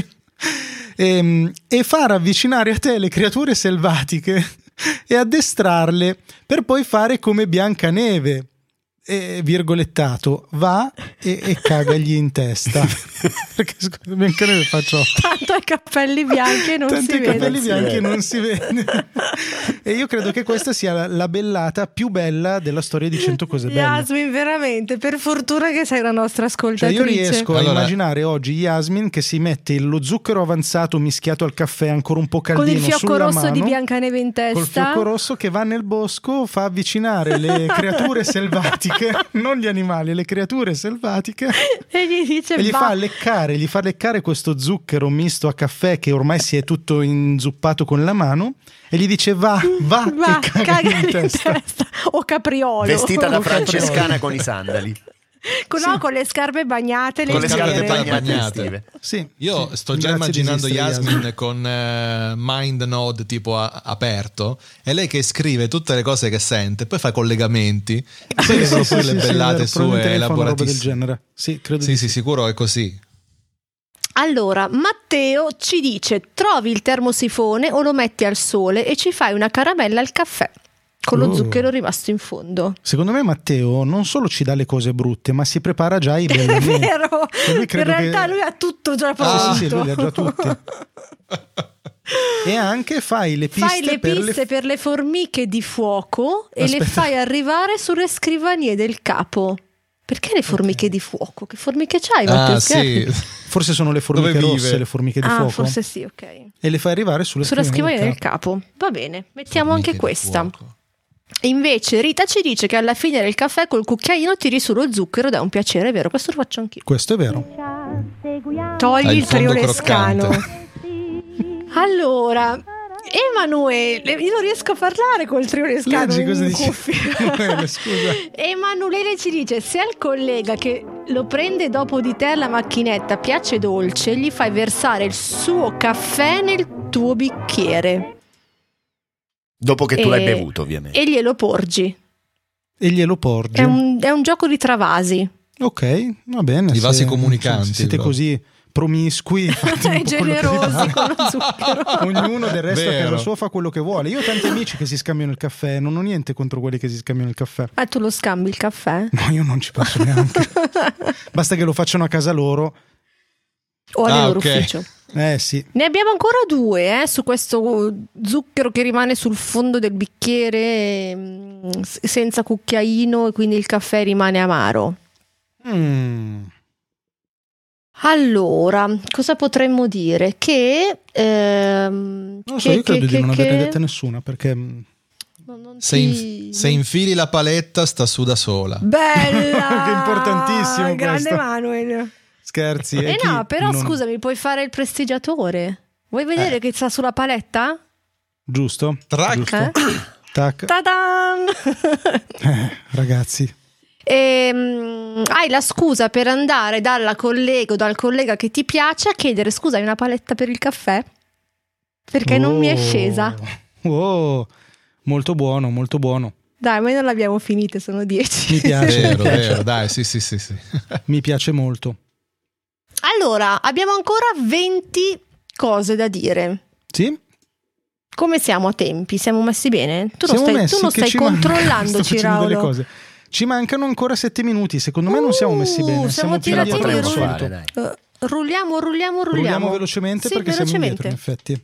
ehm, e far avvicinare a te le creature selvatiche e addestrarle per poi fare come Biancaneve. E, virgolettato, va e, e cagagli in testa. Perché scusa, Biancaneve faccio Tanto ai capelli bianchi e non tanti si capelli vede. bianchi e non si vede. E io credo che questa sia la, la bellata più bella della storia di cento cose belle. Yasmin, veramente, per fortuna che sei la nostra Cioè ascoltatrice. io riesco a Allora- immaginare oggi Yasmin che si mette lo zucchero avanzato mischiato al caffè ancora un po' con caldino il fiocco sulla rosso mano, di Biancaneve in testa. col fiocco rosso che va nel bosco, fa avvicinare le creature selvatiche, non gli animali, le creature selvatiche, E gli dice e gli va. fa leccare, gli fa leccare questo zucchero misto a caffè che ormai si è tutto inzuppato con la mano e gli dice va, va, Va, e caga caga in testa. O capriolo. Vestita da Oh, francescana con i sandali. Con, no, con le scarpe bagnate, le Con le scarpe schiere. bagnate bagnate. estive. Sì, Io sì. sto già Grazie di immaginando esistere, Yasmin con eh, Mind Node tipo a- aperto e lei che scrive tutte le cose che sente, poi fa collegamenti, poi Sì, vengono sì, fuori sì, le sì, bellate vero, sue probabilmente lei fa una roba del elaboratissime. genere. Sì, credo Sì, di sì, sicuro è così. Allora, Matteo ci dice: trovi il termosifone o lo metti al sole e ci fai una caramella al caffè con lo Oh. zucchero rimasto in fondo. Secondo me Matteo non solo ci dà le cose brutte, ma si prepara già i È belli. vero, lui in credo realtà che- lui ha tutto già pronto. Sì, sì, sì, lui li ha già tutti. E anche fai le piste, Fai le per piste le... per le formiche di fuoco e Aspetta. le fai arrivare sulle scrivanie del capo. Perché le formiche di fuoco? Che formiche c'hai, Matteo Ah, Scherzi? sì. Forse sono le formiche Dove vive? rosse, le formiche di Ah, fuoco. forse sì, ok. E le fai arrivare sulle Sulla scrivanie scrivania del del capo. capo. Va bene, mettiamo Formiche anche di questa. fuoco. Invece Rita ci dice che alla fine del caffè col cucchiaino tiri su lo zucchero ed è un piacere, è vero? Questo lo faccio anch'io. Questo è vero. Togli Ha il il fondo triolescano. croccante. Allora, Emanuele, io non riesco a parlare col triolescano Leggi cosa in dice. cuffia. Emanuele, scusa. Emanuele ci dice: se al collega che lo prende dopo di te alla macchinetta piace dolce, gli fai versare il suo caffè nel tuo bicchiere. Dopo che tu e, l'hai bevuto, ovviamente. E glielo porgi. E glielo porgi. È un, è un gioco di travasi. Ok, va bene. I vasi se, comunicanti. Se siete però. così promiscui, fate un po' generosi quello che con lo zucchero. Ognuno del resto a Vero. casa sua fa quello che vuole. Io ho tanti amici che si scambiano il caffè, non ho niente contro quelli che si scambiano il caffè. Ah, tu lo scambi il caffè? No, io non ci passo neanche. Basta che lo facciano a casa loro. O al Ah, loro ok. ufficio. Eh sì. Ne abbiamo ancora due eh, su questo zucchero che rimane sul fondo del bicchiere mm, s- senza cucchiaino e quindi il caffè rimane amaro. Mm. Allora, cosa potremmo dire? Che ehm, Non so, che, io credo che, di non che, averne che- detta nessuna perché non- non Se, ti- in- se infili la paletta sta su da sola. Bella! Che importantissimo grande questo. Manuel. scherzi. Eh e chi no, però non- scusami, puoi fare il prestigiatore. Vuoi vedere Eh. che sta sulla paletta? Giusto? Trac. Giusto. Eh? Tac. Ta-dan! Eh, ragazzi. Ehm, hai la scusa per andare dalla collega o dal collega che ti piace a chiedere scusa, hai una paletta per il caffè? Perché non mi è scesa. Oh, molto buono, molto buono. Dai, ma non l'abbiamo finite, sono dieci. Mi piace, Vero, mi piace. vero, dai, sì, sì, sì, sì. Mi piace molto. Allora, abbiamo ancora venti cose da dire. Sì? Come siamo a tempi? Siamo messi bene? Tu non Siamo stai, messi tu non che stai ci manca- sto controllandoci, facendo delle Raulo. cose. Ci mancano ancora sette minuti. Secondo me non siamo messi Uh, bene. siamo Siamo più tirati indietro del indietro. solito. Fare, dai. Uh, rulliamo, rulliamo, rulliamo. Rulliamo velocemente Sì, perché siamo velocemente. indietro, in effetti.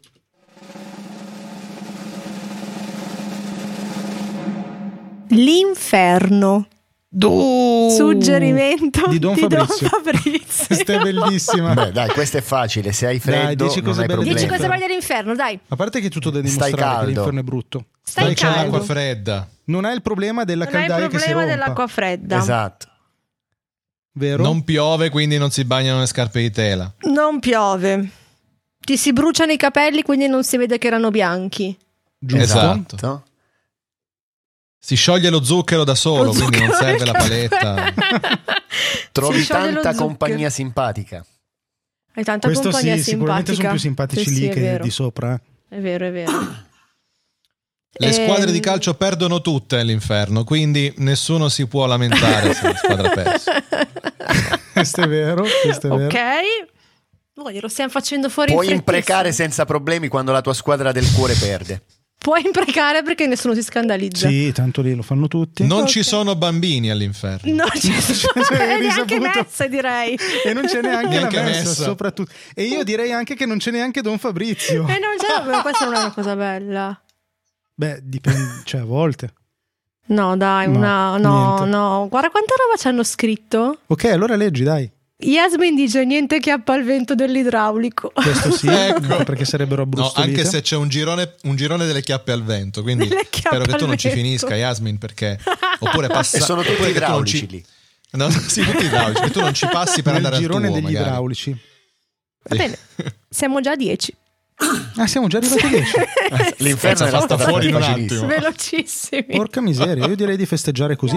L'inferno. Do... Suggerimento di Don di Fabrizio. Don Fabrizio. Questa è bellissima. Beh, dai, questo è facile. Se hai Dai, freddo, dici non cose hai belle. problemi. Dici cosa vai dell'inferno, dai. A parte che è tutto da Stai dimostrare che caldo. l'inferno è brutto. Stai C'è l'acqua caldo. fredda. Non hai il problema della Non hai il caldaia che si problema rompa. dell'acqua fredda. Esatto. Vero? Non piove, quindi non si bagnano le scarpe di tela. Non piove. Ti si bruciano i capelli, quindi non si vede che erano bianchi. Giusto. Esatto. Esatto. Si scioglie lo zucchero da solo, Lo quindi non zucchero serve del la caffè. paletta. Trovi Si scioglie lo tanta zucchero. compagnia simpatica. Hai tanta Questo compagnia sì, sicuramente simpatica. sono più simpatici Sì, sì, lì è che vero. di sopra. È vero, è vero. Le squadre Ehm, di calcio perdono tutte all'inferno, quindi nessuno si può lamentare se la squadra ha perso. Questo è vero, questo è vero. Ok. Noi lo stiamo facendo fuori in Puoi frettissimo. imprecare senza problemi quando la tua squadra del cuore perde. Puoi imprecare perché nessuno si scandalizza. Sì, tanto lì lo fanno tutti. Non Ok. ci sono bambini all'inferno. No, ci sono Cioè, e neanche risaputo. messe, direi. E non c'è neanche, Neanche la messa, messa. soprattutto. E io direi anche che non c'è neanche Don Fabrizio. E non c'è, ma questa non è una cosa bella. Beh, dipende, cioè a volte. No, dai, No, una no, niente. no. Guarda quanta roba ci hanno scritto. Ok, allora leggi, dai. Yasmin dice niente chiappa al vento dell'idraulico. Questo sì, Ecco. perché sarebbero No, abbrustolite. anche se c'è un girone, un girone delle chiappe al vento, quindi Delle chiappe spero che tu al non ci vento. finisca, Yasmin, perché oppure passa E sono tutti oppure che tu non ci- idraulici lì. No, sì, tutti idraulici, che tu non ci passi per Nel andare girone al tuo, degli magari. idraulici. Va bene, siamo già a dieci. Ah, siamo già arrivati a dieci. L'inferno è la Sta strada fuori in un facilissima. attimo. Velocissimi. Porca miseria, io direi di festeggiare così.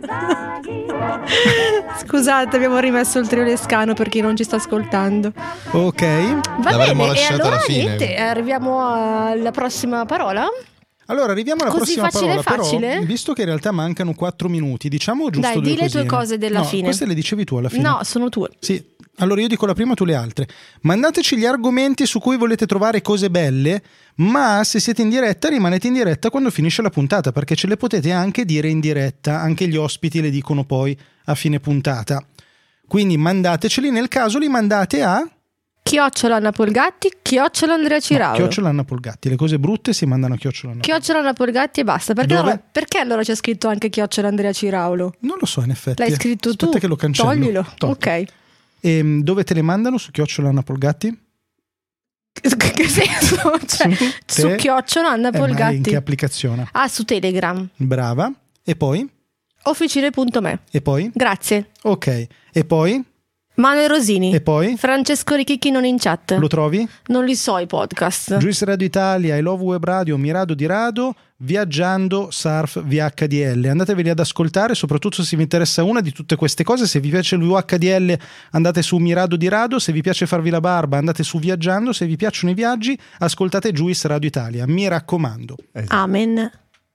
Scusate, abbiamo rimesso il trio Lescano per chi non ci sta ascoltando. Ok. Va L'avremmo bene, e lasciata allora alla fine. niente, arriviamo alla prossima parola. Allora arriviamo alla Così prossima facile, parola, facile? però visto che in realtà mancano quattro minuti, diciamo giusto Dai, due di le tue cosine. cose della No, fine. Queste le dicevi tu alla fine. No, sono tue. Sì. Allora io dico la prima, tu le altre. Mandateci gli argomenti su cui volete trovare cose belle, ma se siete in diretta rimanete in diretta quando finisce la puntata, perché ce le potete anche dire in diretta, anche gli ospiti le dicono poi a fine puntata. Quindi mandateceli, nel caso li mandate a Chiocciola Anna Polgatti, chiocciola Andrea no, Ciraulo. chiocciola Anna Polgatti. Le cose brutte si mandano a chiocciola Anna Polgatti. Chiocciola Anna Polgatti e basta. Perché Dove? allora, perché allora c'è scritto anche chiocciola Andrea Ciraulo? Non lo so in effetti. L'hai scritto Aspetta tu? che lo cancello. Toglilo. Tolto. Ok. E dove te le mandano? Su chiocciola Anna Polgatti? Che senso? Cioè, Su su te? chiocciola Anna Eh, ma in Polgatti. che applicazione? Ah, su Telegram. Brava. E poi? Officine punto me. E poi? Grazie. Ok. E poi? Manuel Rosini. E poi? Francesco Richicchi non in chat. Lo trovi? Non li so i podcast. Juice Radio Italia, I Love Web Radio, Mirado di Rado, Viaggiando, Surf, V H D L. Andateveli ad ascoltare, soprattutto se vi interessa una di tutte queste cose. Se vi piace il V H D L andate su Mirado di Rado, se vi piace farvi la barba andate su Viaggiando, se vi piacciono i viaggi ascoltate Juice Radio Italia, mi raccomando. Esatto. Amen.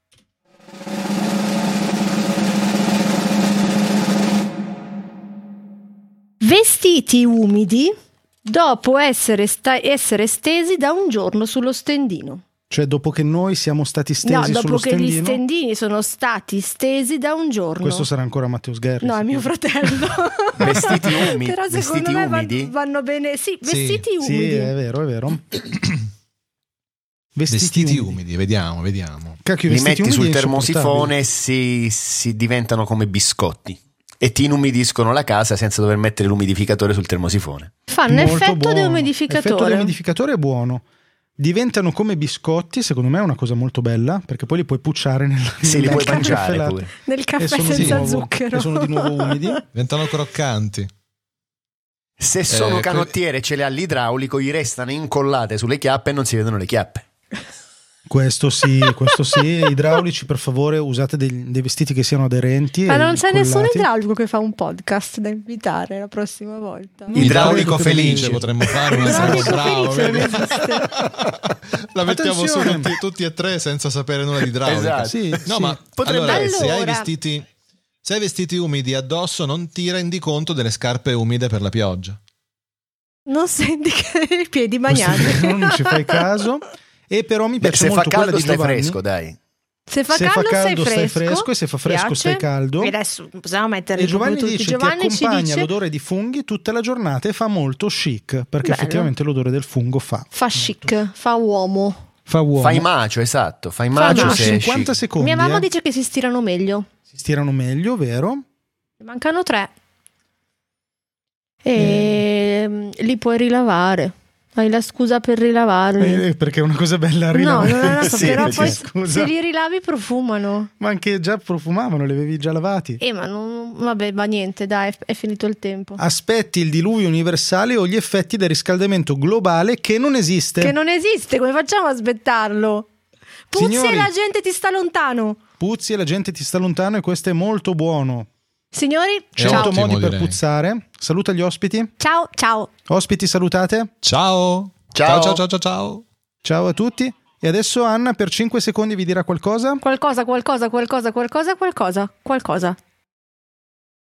Vestiti umidi dopo essere, sta- essere stesi da un giorno sullo stendino. Cioè dopo che noi siamo stati stesi no, sullo dopo che stendino. gli stendini sono stati stesi da un giorno. Questo sarà ancora Matteo Sgherri. No, è mio fratello. Vestiti umidi. Però secondo vestiti me umidi? Vanno, vanno bene. Sì, vestiti sì, umidi. Sì, è vero, è vero. Vestiti, vestiti umidi. umidi, vediamo, vediamo. Cacchio, li vestiti metti umidi sul termosifone e si, si diventano come biscotti. E ti inumidiscono la casa senza dover mettere l'umidificatore sul termosifone. Fanno Molto effetto buono. deumidificatore. Effetto deumidificatore è buono. Diventano come biscotti, secondo me è una cosa molto bella, perché poi li puoi pucciare nel, sì, nel li puoi mangiare pure. Nel caffè senza nuovo, zucchero. E sono di nuovo umidi. Diventano croccanti. Se sono eh, canottiere e ce le ha l'idraulico, gli restano incollate sulle chiappe e non si vedono le chiappe. Questo sì, questo sì. Idraulici, per favore, usate dei, dei vestiti che siano aderenti. Ma non c'è collati. nessun idraulico che fa un podcast da invitare la prossima volta. Idraulico felice potremmo fare una Idraulico bravo, felice la mettiamo su Attenzione. tutti, tutti e tre senza sapere nulla di idraulica. Esatto. Sì, no, sì. ma Potrebbe allora, essere. se hai vestiti se hai vestiti umidi addosso, non ti rendi conto delle scarpe umide per la pioggia. Non senti che i piedi bagnati. Questo non ci fai caso. E però mi piace Beh, se molto fa caldo quella di stai Giovanni. fresco, dai. Se fa Se caldo, fa caldo stai, stai fresco, fresco e se fa fresco piace. stai caldo. E adesso possiamo mettere E Giovanni tutti. dice Giovanni ti ci accompagna dice l'odore di funghi tutta la giornata e fa molto chic, perché Bello. effettivamente l'odore del fungo fa fa chic, fa uomo. fa uomo. Fai macio, esatto. Fai Fa macio macio. se cinquanta chic. secondi. Mia mamma eh. dice che si stirano meglio. Si stirano meglio, vero? Ne mancano tre. E mm. li puoi rilavare. Hai la scusa per rilavarli. Eh, perché è una cosa bella a no, rilavare. non è una cosa, Sì, però sì, poi scusa. se li rilavi profumano. Ma anche già profumavano, li avevi già lavati. Eh, ma non, vabbè, ma niente, dai, è, è finito il tempo. Aspetti il diluvio universale o gli effetti del riscaldamento globale che non esiste. Che non esiste, come facciamo a aspettarlo? Puzzi Signori. e la gente ti sta lontano. Puzzi e la gente ti sta lontano e questo è molto buono. Signori, C'è ciao. otto modi per direi. puzzare. Saluta gli ospiti. Ciao, ciao. Ospiti, salutate. Ciao. Ciao. Ciao ciao ciao ciao. Ciao a tutti. E adesso Anna per cinque secondi vi dirà qualcosa. Qualcosa, qualcosa, qualcosa, qualcosa, qualcosa, qualcosa.